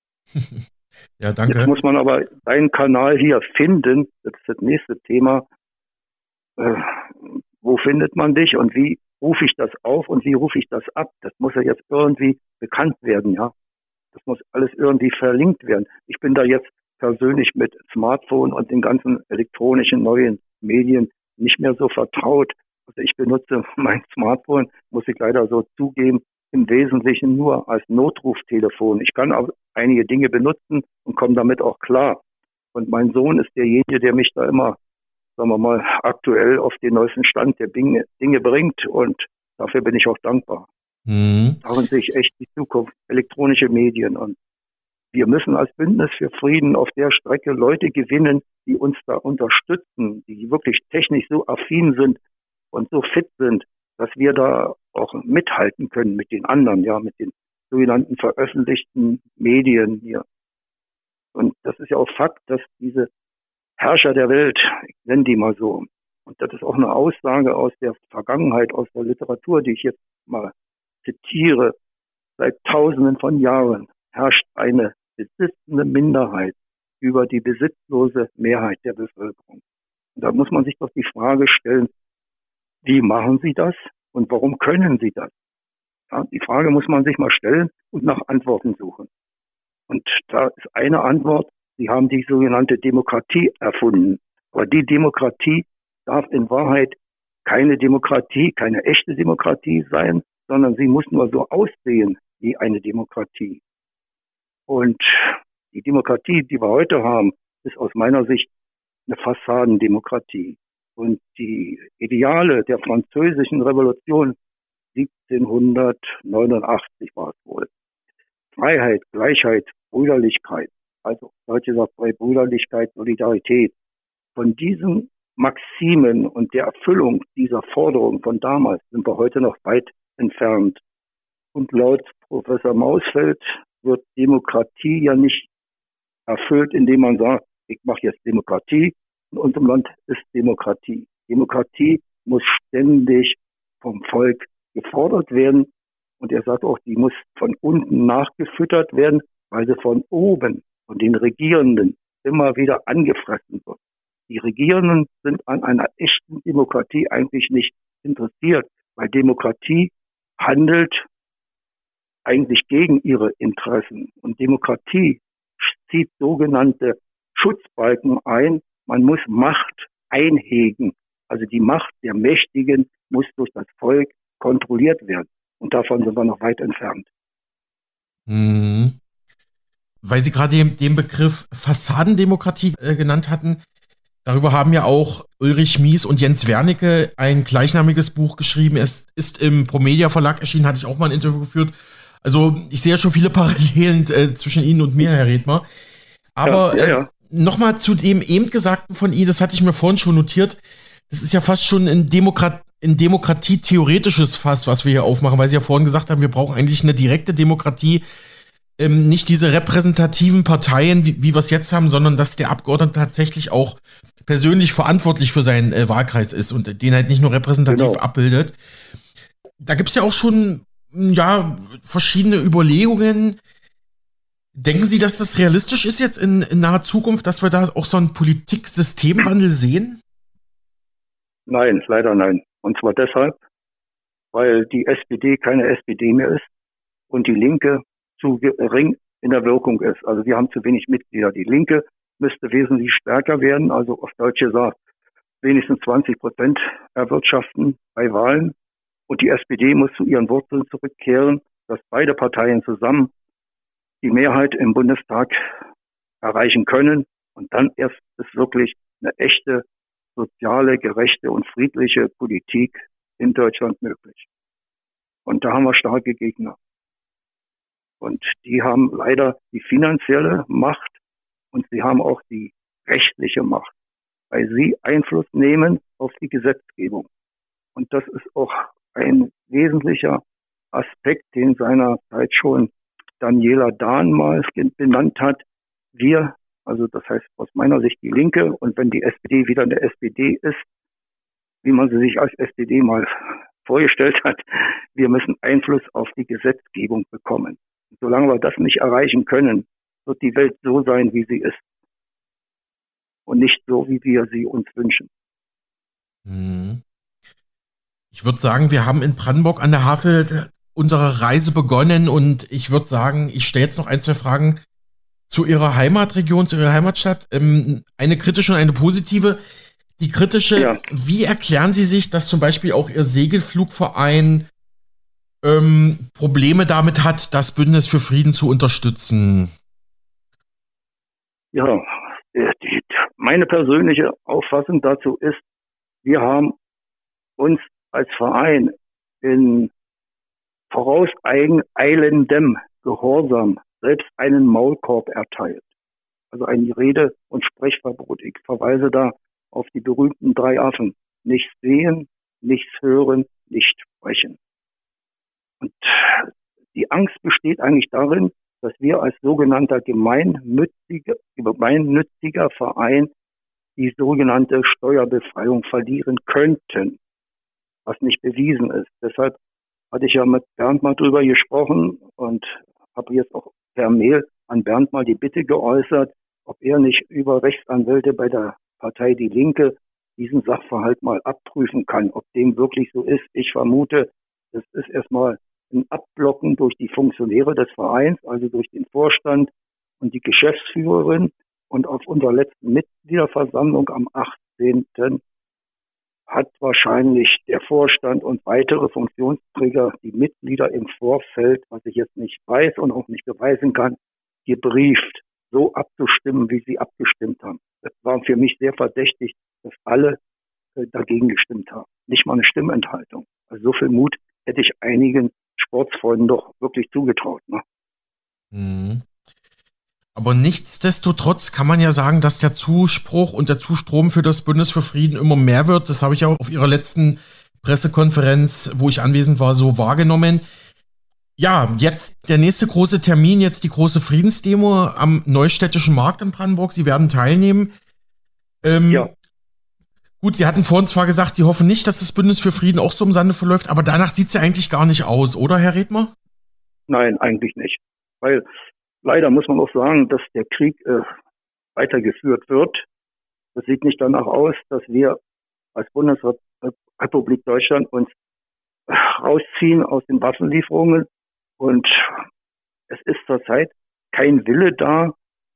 Ja, danke. Jetzt muss man aber deinen Kanal hier finden. Das ist das nächste Thema. Äh, wo findet man dich und wie rufe ich das auf und wie rufe ich das ab? Das muss ja jetzt irgendwie bekannt werden, ja. Das muss alles irgendwie verlinkt werden. Ich bin da jetzt persönlich mit Smartphone und den ganzen elektronischen neuen Medien nicht mehr so vertraut. Also ich benutze mein Smartphone, muss ich leider so zugeben, im Wesentlichen nur als Notruftelefon. Ich kann auch einige Dinge benutzen und komme damit auch klar. Und mein Sohn ist derjenige, der mich da immer, sagen wir mal, aktuell auf den neuesten Stand der Dinge, Dinge bringt. Und dafür bin ich auch dankbar. Mhm. Darin sehe ich echt die Zukunft, elektronische Medien. Und wir müssen als Bündnis für Frieden auf der Strecke Leute gewinnen, die uns da unterstützen, die wirklich technisch so affin sind und so fit sind, dass wir da auch mithalten können mit den anderen, ja, mit den sogenannten veröffentlichten Medien hier. Und das ist ja auch Fakt, dass diese Herrscher der Welt, ich nenne die mal so, und das ist auch eine Aussage aus der Vergangenheit, aus der Literatur, die ich jetzt mal zitiere, seit Tausenden von Jahren herrscht eine besitzende Minderheit über die besitzlose Mehrheit der Bevölkerung. Und da muss man sich doch die Frage stellen, wie machen sie das und warum können sie das? Ja, die Frage muss man sich mal stellen und nach Antworten suchen. Und da ist eine Antwort, sie haben die sogenannte Demokratie erfunden. Aber die Demokratie darf in Wahrheit keine Demokratie, keine echte Demokratie sein, sondern sie muss nur so aussehen wie eine Demokratie. Und die Demokratie, die wir heute haben, ist aus meiner Sicht eine Fassadendemokratie. Und die Ideale der französischen Revolution siebzehnhundertneunundachtzig war es wohl. Freiheit, Gleichheit, Brüderlichkeit, also heute sagt bei Brüderlichkeit, Solidarität. Von diesen Maximen und der Erfüllung dieser Forderung von damals sind wir heute noch weit entfernt. Und laut Professor Mausfeld wird Demokratie ja nicht erfüllt, indem man sagt, ich mache jetzt Demokratie. In unserem Land ist Demokratie. Demokratie muss ständig vom Volk gefordert werden. Und er sagt auch, die muss von unten nachgefüttert werden, weil sie von oben, von den Regierenden, immer wieder angefressen wird. Die Regierenden sind an einer echten Demokratie eigentlich nicht interessiert, weil Demokratie handelt eigentlich gegen ihre Interessen. Und Demokratie zieht sogenannte Schutzbalken ein. Man muss Macht einhegen. Also die Macht der Mächtigen muss durch das Volk kontrolliert werden. Und davon sind wir noch weit entfernt. Mhm. Weil Sie gerade den, den Begriff Fassadendemokratie äh, genannt hatten, darüber haben ja auch Ulrich Mies und Jens Wernicke ein gleichnamiges Buch geschrieben. Es ist im Promedia Verlag erschienen, hatte ich auch mal ein Interview geführt. Also ich sehe ja schon viele Parallelen äh, zwischen Ihnen und mir, Herr Redmer. Aber ja, ja, ja. äh, nochmal zu dem eben Gesagten von Ihnen, das hatte ich mir vorhin schon notiert. Das ist ja fast schon ein, Demokrat, ein Demokratie-theoretisches Fass, was wir hier aufmachen, weil Sie ja vorhin gesagt haben, wir brauchen eigentlich eine direkte Demokratie, ähm, nicht diese repräsentativen Parteien, wie, wie wir es jetzt haben, sondern dass der Abgeordnete tatsächlich auch persönlich verantwortlich für seinen äh, Wahlkreis ist und den halt nicht nur repräsentativ Genau. abbildet. Da gibt es ja auch schon ja, verschiedene Überlegungen. Denken Sie, dass das realistisch ist jetzt in, in naher Zukunft, dass wir da auch so einen Politik-Systemwandel sehen? Nein, leider nein. Und zwar deshalb, weil die S P D keine S P D mehr ist und die Linke zu gering in der Wirkung ist. Also wir haben zu wenig Mitglieder. Die Linke müsste wesentlich stärker werden, also auf Deutsch gesagt, wenigstens zwanzig Prozent erwirtschaften bei Wahlen. Und die S P D muss zu ihren Wurzeln zurückkehren, dass beide Parteien zusammen die Mehrheit im Bundestag erreichen können. Und dann erst ist wirklich eine echte, soziale, gerechte und friedliche Politik in Deutschland möglich. Und da haben wir starke Gegner. Und die haben leider die finanzielle Macht und sie haben auch die rechtliche Macht, weil sie Einfluss nehmen auf die Gesetzgebung. Und das ist auch ein wesentlicher Aspekt, den seinerzeit schon Daniela Dahnmals benannt hat. Wir, also das heißt aus meiner Sicht die Linke, und wenn die S P D wieder eine S P D ist, wie man sie sich als S P D mal vorgestellt hat, wir müssen Einfluss auf die Gesetzgebung bekommen. Und solange wir das nicht erreichen können, wird die Welt so sein, wie sie ist. Und nicht so, wie wir sie uns wünschen. Ich würde sagen, wir haben in Brandenburg an der Havel unsere Reise begonnen und ich würde sagen, ich stelle jetzt noch ein, zwei Fragen zu Ihrer Heimatregion, zu Ihrer Heimatstadt. Ähm, eine kritische und eine positive. Die kritische, ja. Wie erklären Sie sich, dass zum Beispiel auch Ihr Segelflugverein ähm, Probleme damit hat, das Bündnis für Frieden zu unterstützen? Ja, die, meine persönliche Auffassung dazu ist, wir haben uns als Verein in vorauseilendem Gehorsam selbst einen Maulkorb erteilt. Also ein Rede- und Sprechverbot. Ich verweise da auf die berühmten drei Affen. Nichts sehen, nichts hören, nicht sprechen. Und die Angst besteht eigentlich darin, dass wir als sogenannter gemeinnütziger, gemeinnütziger Verein die sogenannte Steuerbefreiung verlieren könnten, was nicht bewiesen ist. Deshalb hatte ich ja mit Bernd mal drüber gesprochen und habe jetzt auch per Mail an Bernd mal die Bitte geäußert, ob er nicht über Rechtsanwälte bei der Partei Die Linke diesen Sachverhalt mal abprüfen kann, ob dem wirklich so ist. Ich vermute, das ist erstmal ein Abblocken durch die Funktionäre des Vereins, also durch den Vorstand und die Geschäftsführerin. Und auf unserer letzten Mitgliederversammlung am achtzehnten hat wahrscheinlich der Vorstand und weitere Funktionsträger die Mitglieder im Vorfeld, was ich jetzt nicht weiß und auch nicht beweisen kann, gebrieft, so abzustimmen, wie sie abgestimmt haben. Das war für mich sehr verdächtig, dass alle äh, dagegen gestimmt haben. Nicht mal eine Stimmenthaltung. Also so viel Mut hätte ich einigen Sportsfreunden doch wirklich zugetraut. Ne? Mhm. Aber nichtsdestotrotz kann man ja sagen, dass der Zuspruch und der Zustrom für das Bündnis für Frieden immer mehr wird. Das habe ich auch auf Ihrer letzten Pressekonferenz, wo ich anwesend war, so wahrgenommen. Ja, jetzt der nächste große Termin, jetzt die große Friedensdemo am Neustädtischen Markt in Brandenburg. Sie werden teilnehmen. Ähm, ja. Gut, Sie hatten vorhin zwar gesagt, Sie hoffen nicht, dass das Bündnis für Frieden auch so im Sande verläuft, aber danach sieht es ja eigentlich gar nicht aus, oder, Herr Redmer? Nein, eigentlich nicht. Weil leider muss man auch sagen, dass der Krieg äh, weitergeführt wird. Das sieht nicht danach aus, dass wir als Bundesrepublik Deutschland uns äh, rausziehen aus den Waffenlieferungen. Und es ist zurzeit kein Wille da,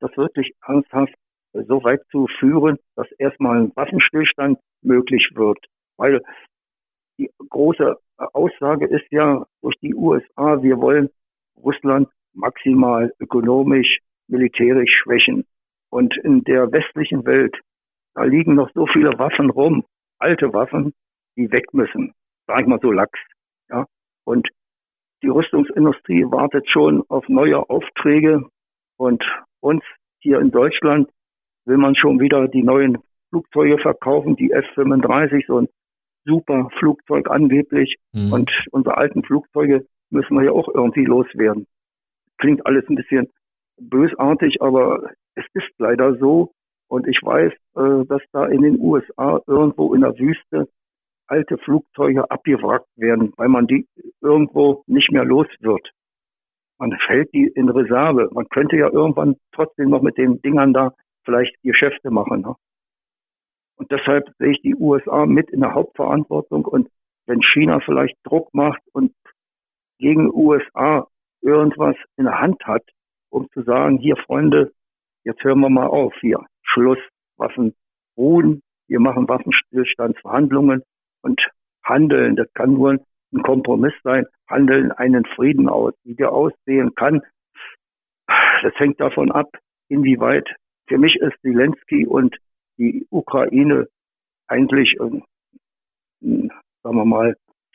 das wirklich ernsthaft so weit zu führen, dass erstmal ein Waffenstillstand möglich wird. Weil die große Aussage ist ja durch die U S A, wir wollen Russland maximal ökonomisch, militärisch schwächen. Und in der westlichen Welt, da liegen noch so viele Waffen rum, alte Waffen, die weg müssen. Sag ich mal so lax. Ja? Und die Rüstungsindustrie wartet schon auf neue Aufträge. Und uns hier in Deutschland will man schon wieder die neuen Flugzeuge verkaufen, die F fünfunddreißig, so ein super Flugzeug angeblich. Mhm. Und unsere alten Flugzeuge müssen wir ja auch irgendwie loswerden. Klingt alles ein bisschen bösartig, aber es ist leider so. Und ich weiß, äh, dass da in den U S A irgendwo in der Wüste alte Flugzeuge abgewrackt werden, weil man die irgendwo nicht mehr los wird. Man hält die in Reserve. Man könnte ja irgendwann trotzdem noch mit den Dingern da vielleicht Geschäfte machen. Ne? Und deshalb sehe ich die U S A mit in der Hauptverantwortung. Und wenn China vielleicht Druck macht und gegen U S A irgendwas in der Hand hat, um zu sagen, hier Freunde, jetzt hören wir mal auf, hier, Schluss, Waffen ruhen, wir machen Waffenstillstandsverhandlungen und handeln, das kann nur ein Kompromiss sein, handeln einen Frieden aus. Wie der aussehen kann, das hängt davon ab, inwieweit, für mich ist Zelensky und die Ukraine eigentlich, äh, sagen wir mal,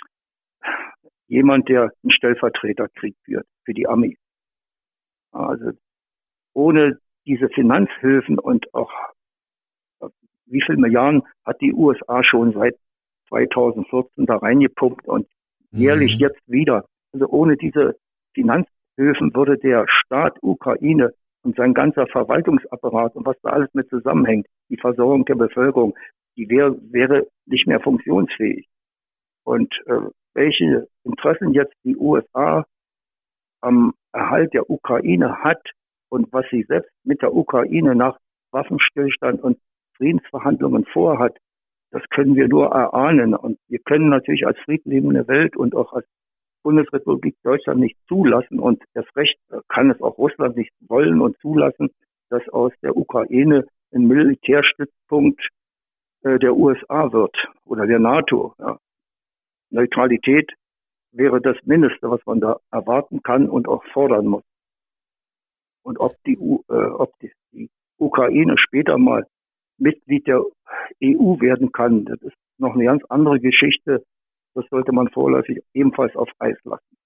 jemand, der einen Stellvertreterkrieg führt für die Amis. Also ohne diese Finanzhilfen und auch wie viel Milliarden hat die U S A schon seit zweitausendvierzehn da reingepumpt und jährlich mhm. jetzt wieder. Also ohne diese Finanzhilfen würde der Staat Ukraine und sein ganzer Verwaltungsapparat und was da alles mit zusammenhängt, die Versorgung der Bevölkerung, die wär, wäre nicht mehr funktionsfähig. Und äh, welche Interessen jetzt die U S A am Erhalt der Ukraine hat und was sie selbst mit der Ukraine nach Waffenstillstand und Friedensverhandlungen vorhat, das können wir nur erahnen. Und wir können natürlich als friedliebende Welt und auch als Bundesrepublik Deutschland nicht zulassen und erst recht kann es auch Russland nicht wollen und zulassen, dass aus der Ukraine ein Militärstützpunkt äh, der U S A wird oder der NATO. Ja. Neutralität wäre das Mindeste, was man da erwarten kann und auch fordern muss. Und ob die, U, äh, ob die, die Ukraine später mal Mitglied der E U werden kann, das ist noch eine ganz andere Geschichte. Das sollte man vorläufig ebenfalls auf Eis lassen.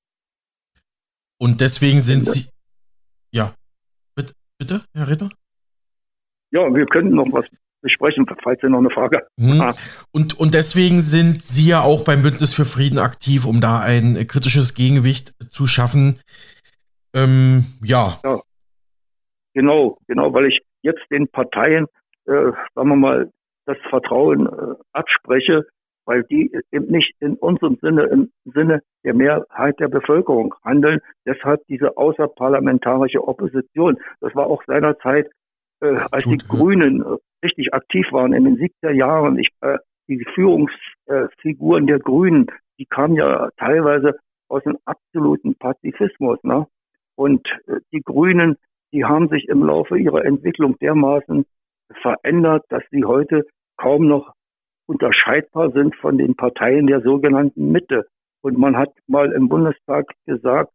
Und deswegen sind Sie... Ja, bitte, bitte Herr Ritter? Ja, wir könnten noch was besprechen, falls Sie noch eine Frage haben. Mhm. Und, und deswegen sind Sie ja auch beim Bündnis für Frieden aktiv, um da ein kritisches Gegengewicht zu schaffen. Ähm, ja. ja. Genau, genau, weil ich jetzt den Parteien, äh, sagen wir mal, das Vertrauen äh, abspreche, weil die eben nicht in unserem Sinne, im Sinne der Mehrheit der Bevölkerung handeln. Deshalb diese außerparlamentarische Opposition. Das war auch seinerzeit, äh, als Gut, die ja. Grünen äh, richtig aktiv waren in den siebziger Jahren. Ich, äh, die Führungsfiguren äh, der Grünen, die kamen ja teilweise aus dem absoluten Pazifismus. Ne? Und äh, die Grünen, die haben sich im Laufe ihrer Entwicklung dermaßen verändert, dass sie heute kaum noch unterscheidbar sind von den Parteien der sogenannten Mitte. Und man hat mal im Bundestag gesagt,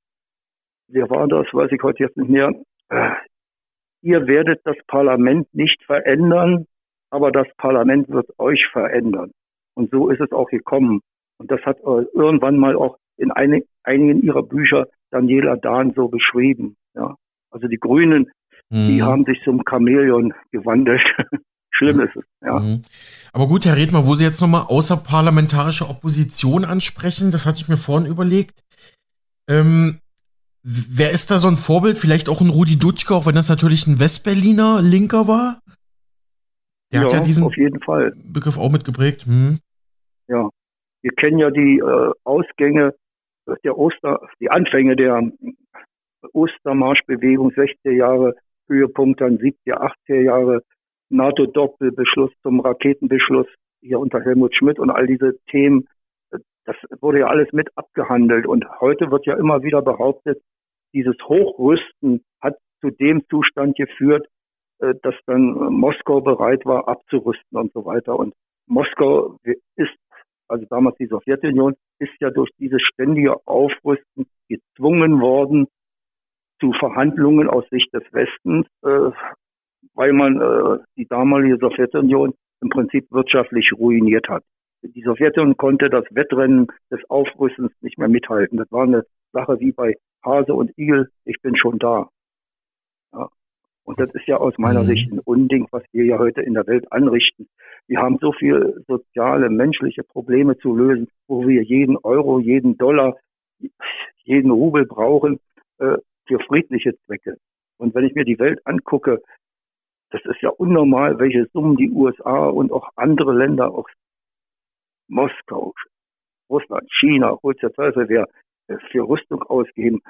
wer war das, weiß ich heute jetzt nicht mehr, äh, ihr werdet das Parlament nicht verändern, aber das Parlament wird euch verändern. Und so ist es auch gekommen. Und das hat äh, irgendwann mal auch in einig, einigen ihrer Bücher Daniela Dahn so beschrieben. Ja. Also die Grünen, mhm. die haben sich zum Chamäleon gewandelt. Schlimm ist es, ja. Mhm. Aber gut, Herr Redmer, wo Sie jetzt nochmal außerparlamentarische Opposition ansprechen, das hatte ich mir vorhin überlegt. Ähm, wer ist da so ein Vorbild? Vielleicht auch ein Rudi Dutschke, auch wenn das natürlich ein Westberliner Linker war? Der ja, hat ja diesen auf jeden Fall. Begriff auch mitgeprägt. Hm. Ja, wir kennen ja die äh, Ausgänge der Oster, die Anfänge der Ostermarschbewegung, sechziger Jahre, Höhepunkt dann siebziger, achtziger Jahre, NATO-Doppelbeschluss zum Raketenbeschluss hier unter Helmut Schmidt und all diese Themen, das wurde ja alles mit abgehandelt. Und heute wird ja immer wieder behauptet, dieses Hochrüsten hat zu dem Zustand geführt, äh, dass dann Moskau bereit war, abzurüsten und so weiter. Und Moskau ist, also damals die Sowjetunion, ist ja durch dieses ständige Aufrüsten gezwungen worden zu Verhandlungen aus Sicht des Westens, äh, weil man äh, die damalige Sowjetunion im Prinzip wirtschaftlich ruiniert hat. Die Sowjetunion konnte das Wettrennen des Aufrüstens nicht mehr mithalten. Das war eine Sache wie bei Hase und Igel, ich bin schon da. Ja. Und das ist ja aus meiner mhm. Sicht ein Unding, was wir ja heute in der Welt anrichten. Wir haben so viele soziale, menschliche Probleme zu lösen, wo wir jeden Euro, jeden Dollar, jeden Rubel brauchen äh, für friedliche Zwecke. Und wenn ich mir die Welt angucke, das ist ja unnormal, welche Summen die U S A und auch andere Länder, auch Moskau, Russland, China, hol's der Teufel wer, für Rüstung ausgeben.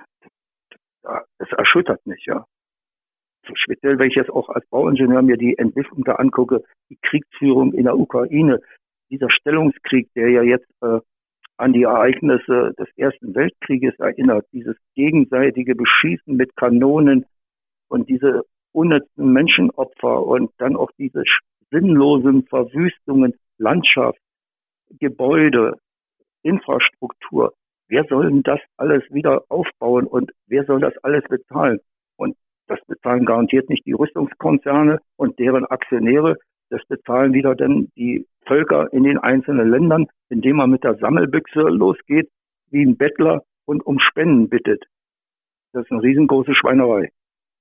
Das erschüttert mich, ja. So speziell, wenn ich jetzt auch als Bauingenieur mir die Entwicklung da angucke, die Kriegsführung in der Ukraine, dieser Stellungskrieg, der ja jetzt äh, an die Ereignisse des Ersten Weltkrieges erinnert, dieses gegenseitige Beschießen mit Kanonen und diese unnützen Menschenopfer und dann auch diese sinnlosen Verwüstungen, Landschaft, Gebäude, Infrastruktur. Wer soll denn das alles wieder aufbauen und wer soll das alles bezahlen? Und das bezahlen garantiert nicht die Rüstungskonzerne und deren Aktionäre. Das bezahlen wieder dann die Völker in den einzelnen Ländern, indem man mit der Sammelbüchse losgeht, wie ein Bettler und um Spenden bittet. Das ist eine riesengroße Schweinerei.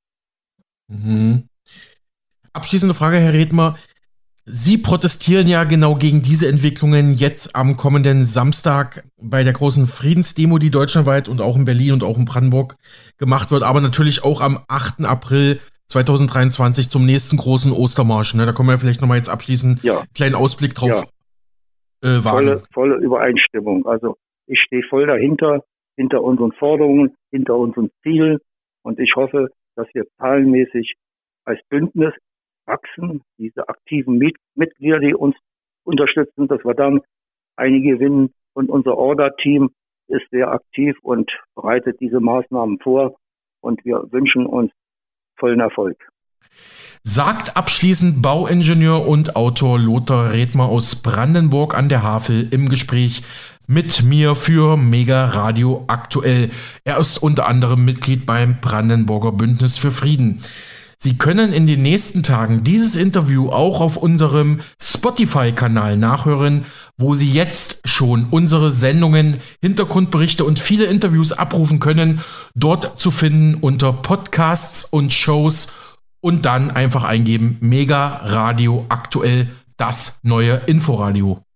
Mhm. Abschließende Frage, Herr Redmer. Sie protestieren ja genau gegen diese Entwicklungen jetzt am kommenden Samstag bei der großen Friedensdemo, die deutschlandweit und auch in Berlin und auch in Brandenburg gemacht wird, aber natürlich auch am achten April zweitausenddreiundzwanzig zum nächsten großen Ostermarsch. Ne? Da können wir vielleicht nochmal jetzt abschließend ja. einen kleinen Ausblick drauf ja. äh, wagen. Volle, volle Übereinstimmung. Also ich stehe voll dahinter, hinter unseren Forderungen, hinter unseren Zielen und ich hoffe, dass wir zahlenmäßig als Bündnis wachsen, diese aktiven Mitglieder, die uns unterstützen, dass wir dann einige gewinnen. Und unser Order-Team ist sehr aktiv und bereitet diese Maßnahmen vor. Und wir wünschen uns vollen Erfolg. Sagt abschließend Bauingenieur und Autor Lothar Redmer aus Brandenburg an der Havel im Gespräch mit mir für Mega Radio aktuell. Er ist unter anderem Mitglied beim Brandenburger Bündnis für Frieden. Sie können in den nächsten Tagen dieses Interview auch auf unserem Spotify-Kanal nachhören, wo Sie jetzt schon unsere Sendungen, Hintergrundberichte und viele Interviews abrufen können. Dort zu finden unter Podcasts und Shows und dann einfach eingeben Mega Radio aktuell, das neue Inforadio.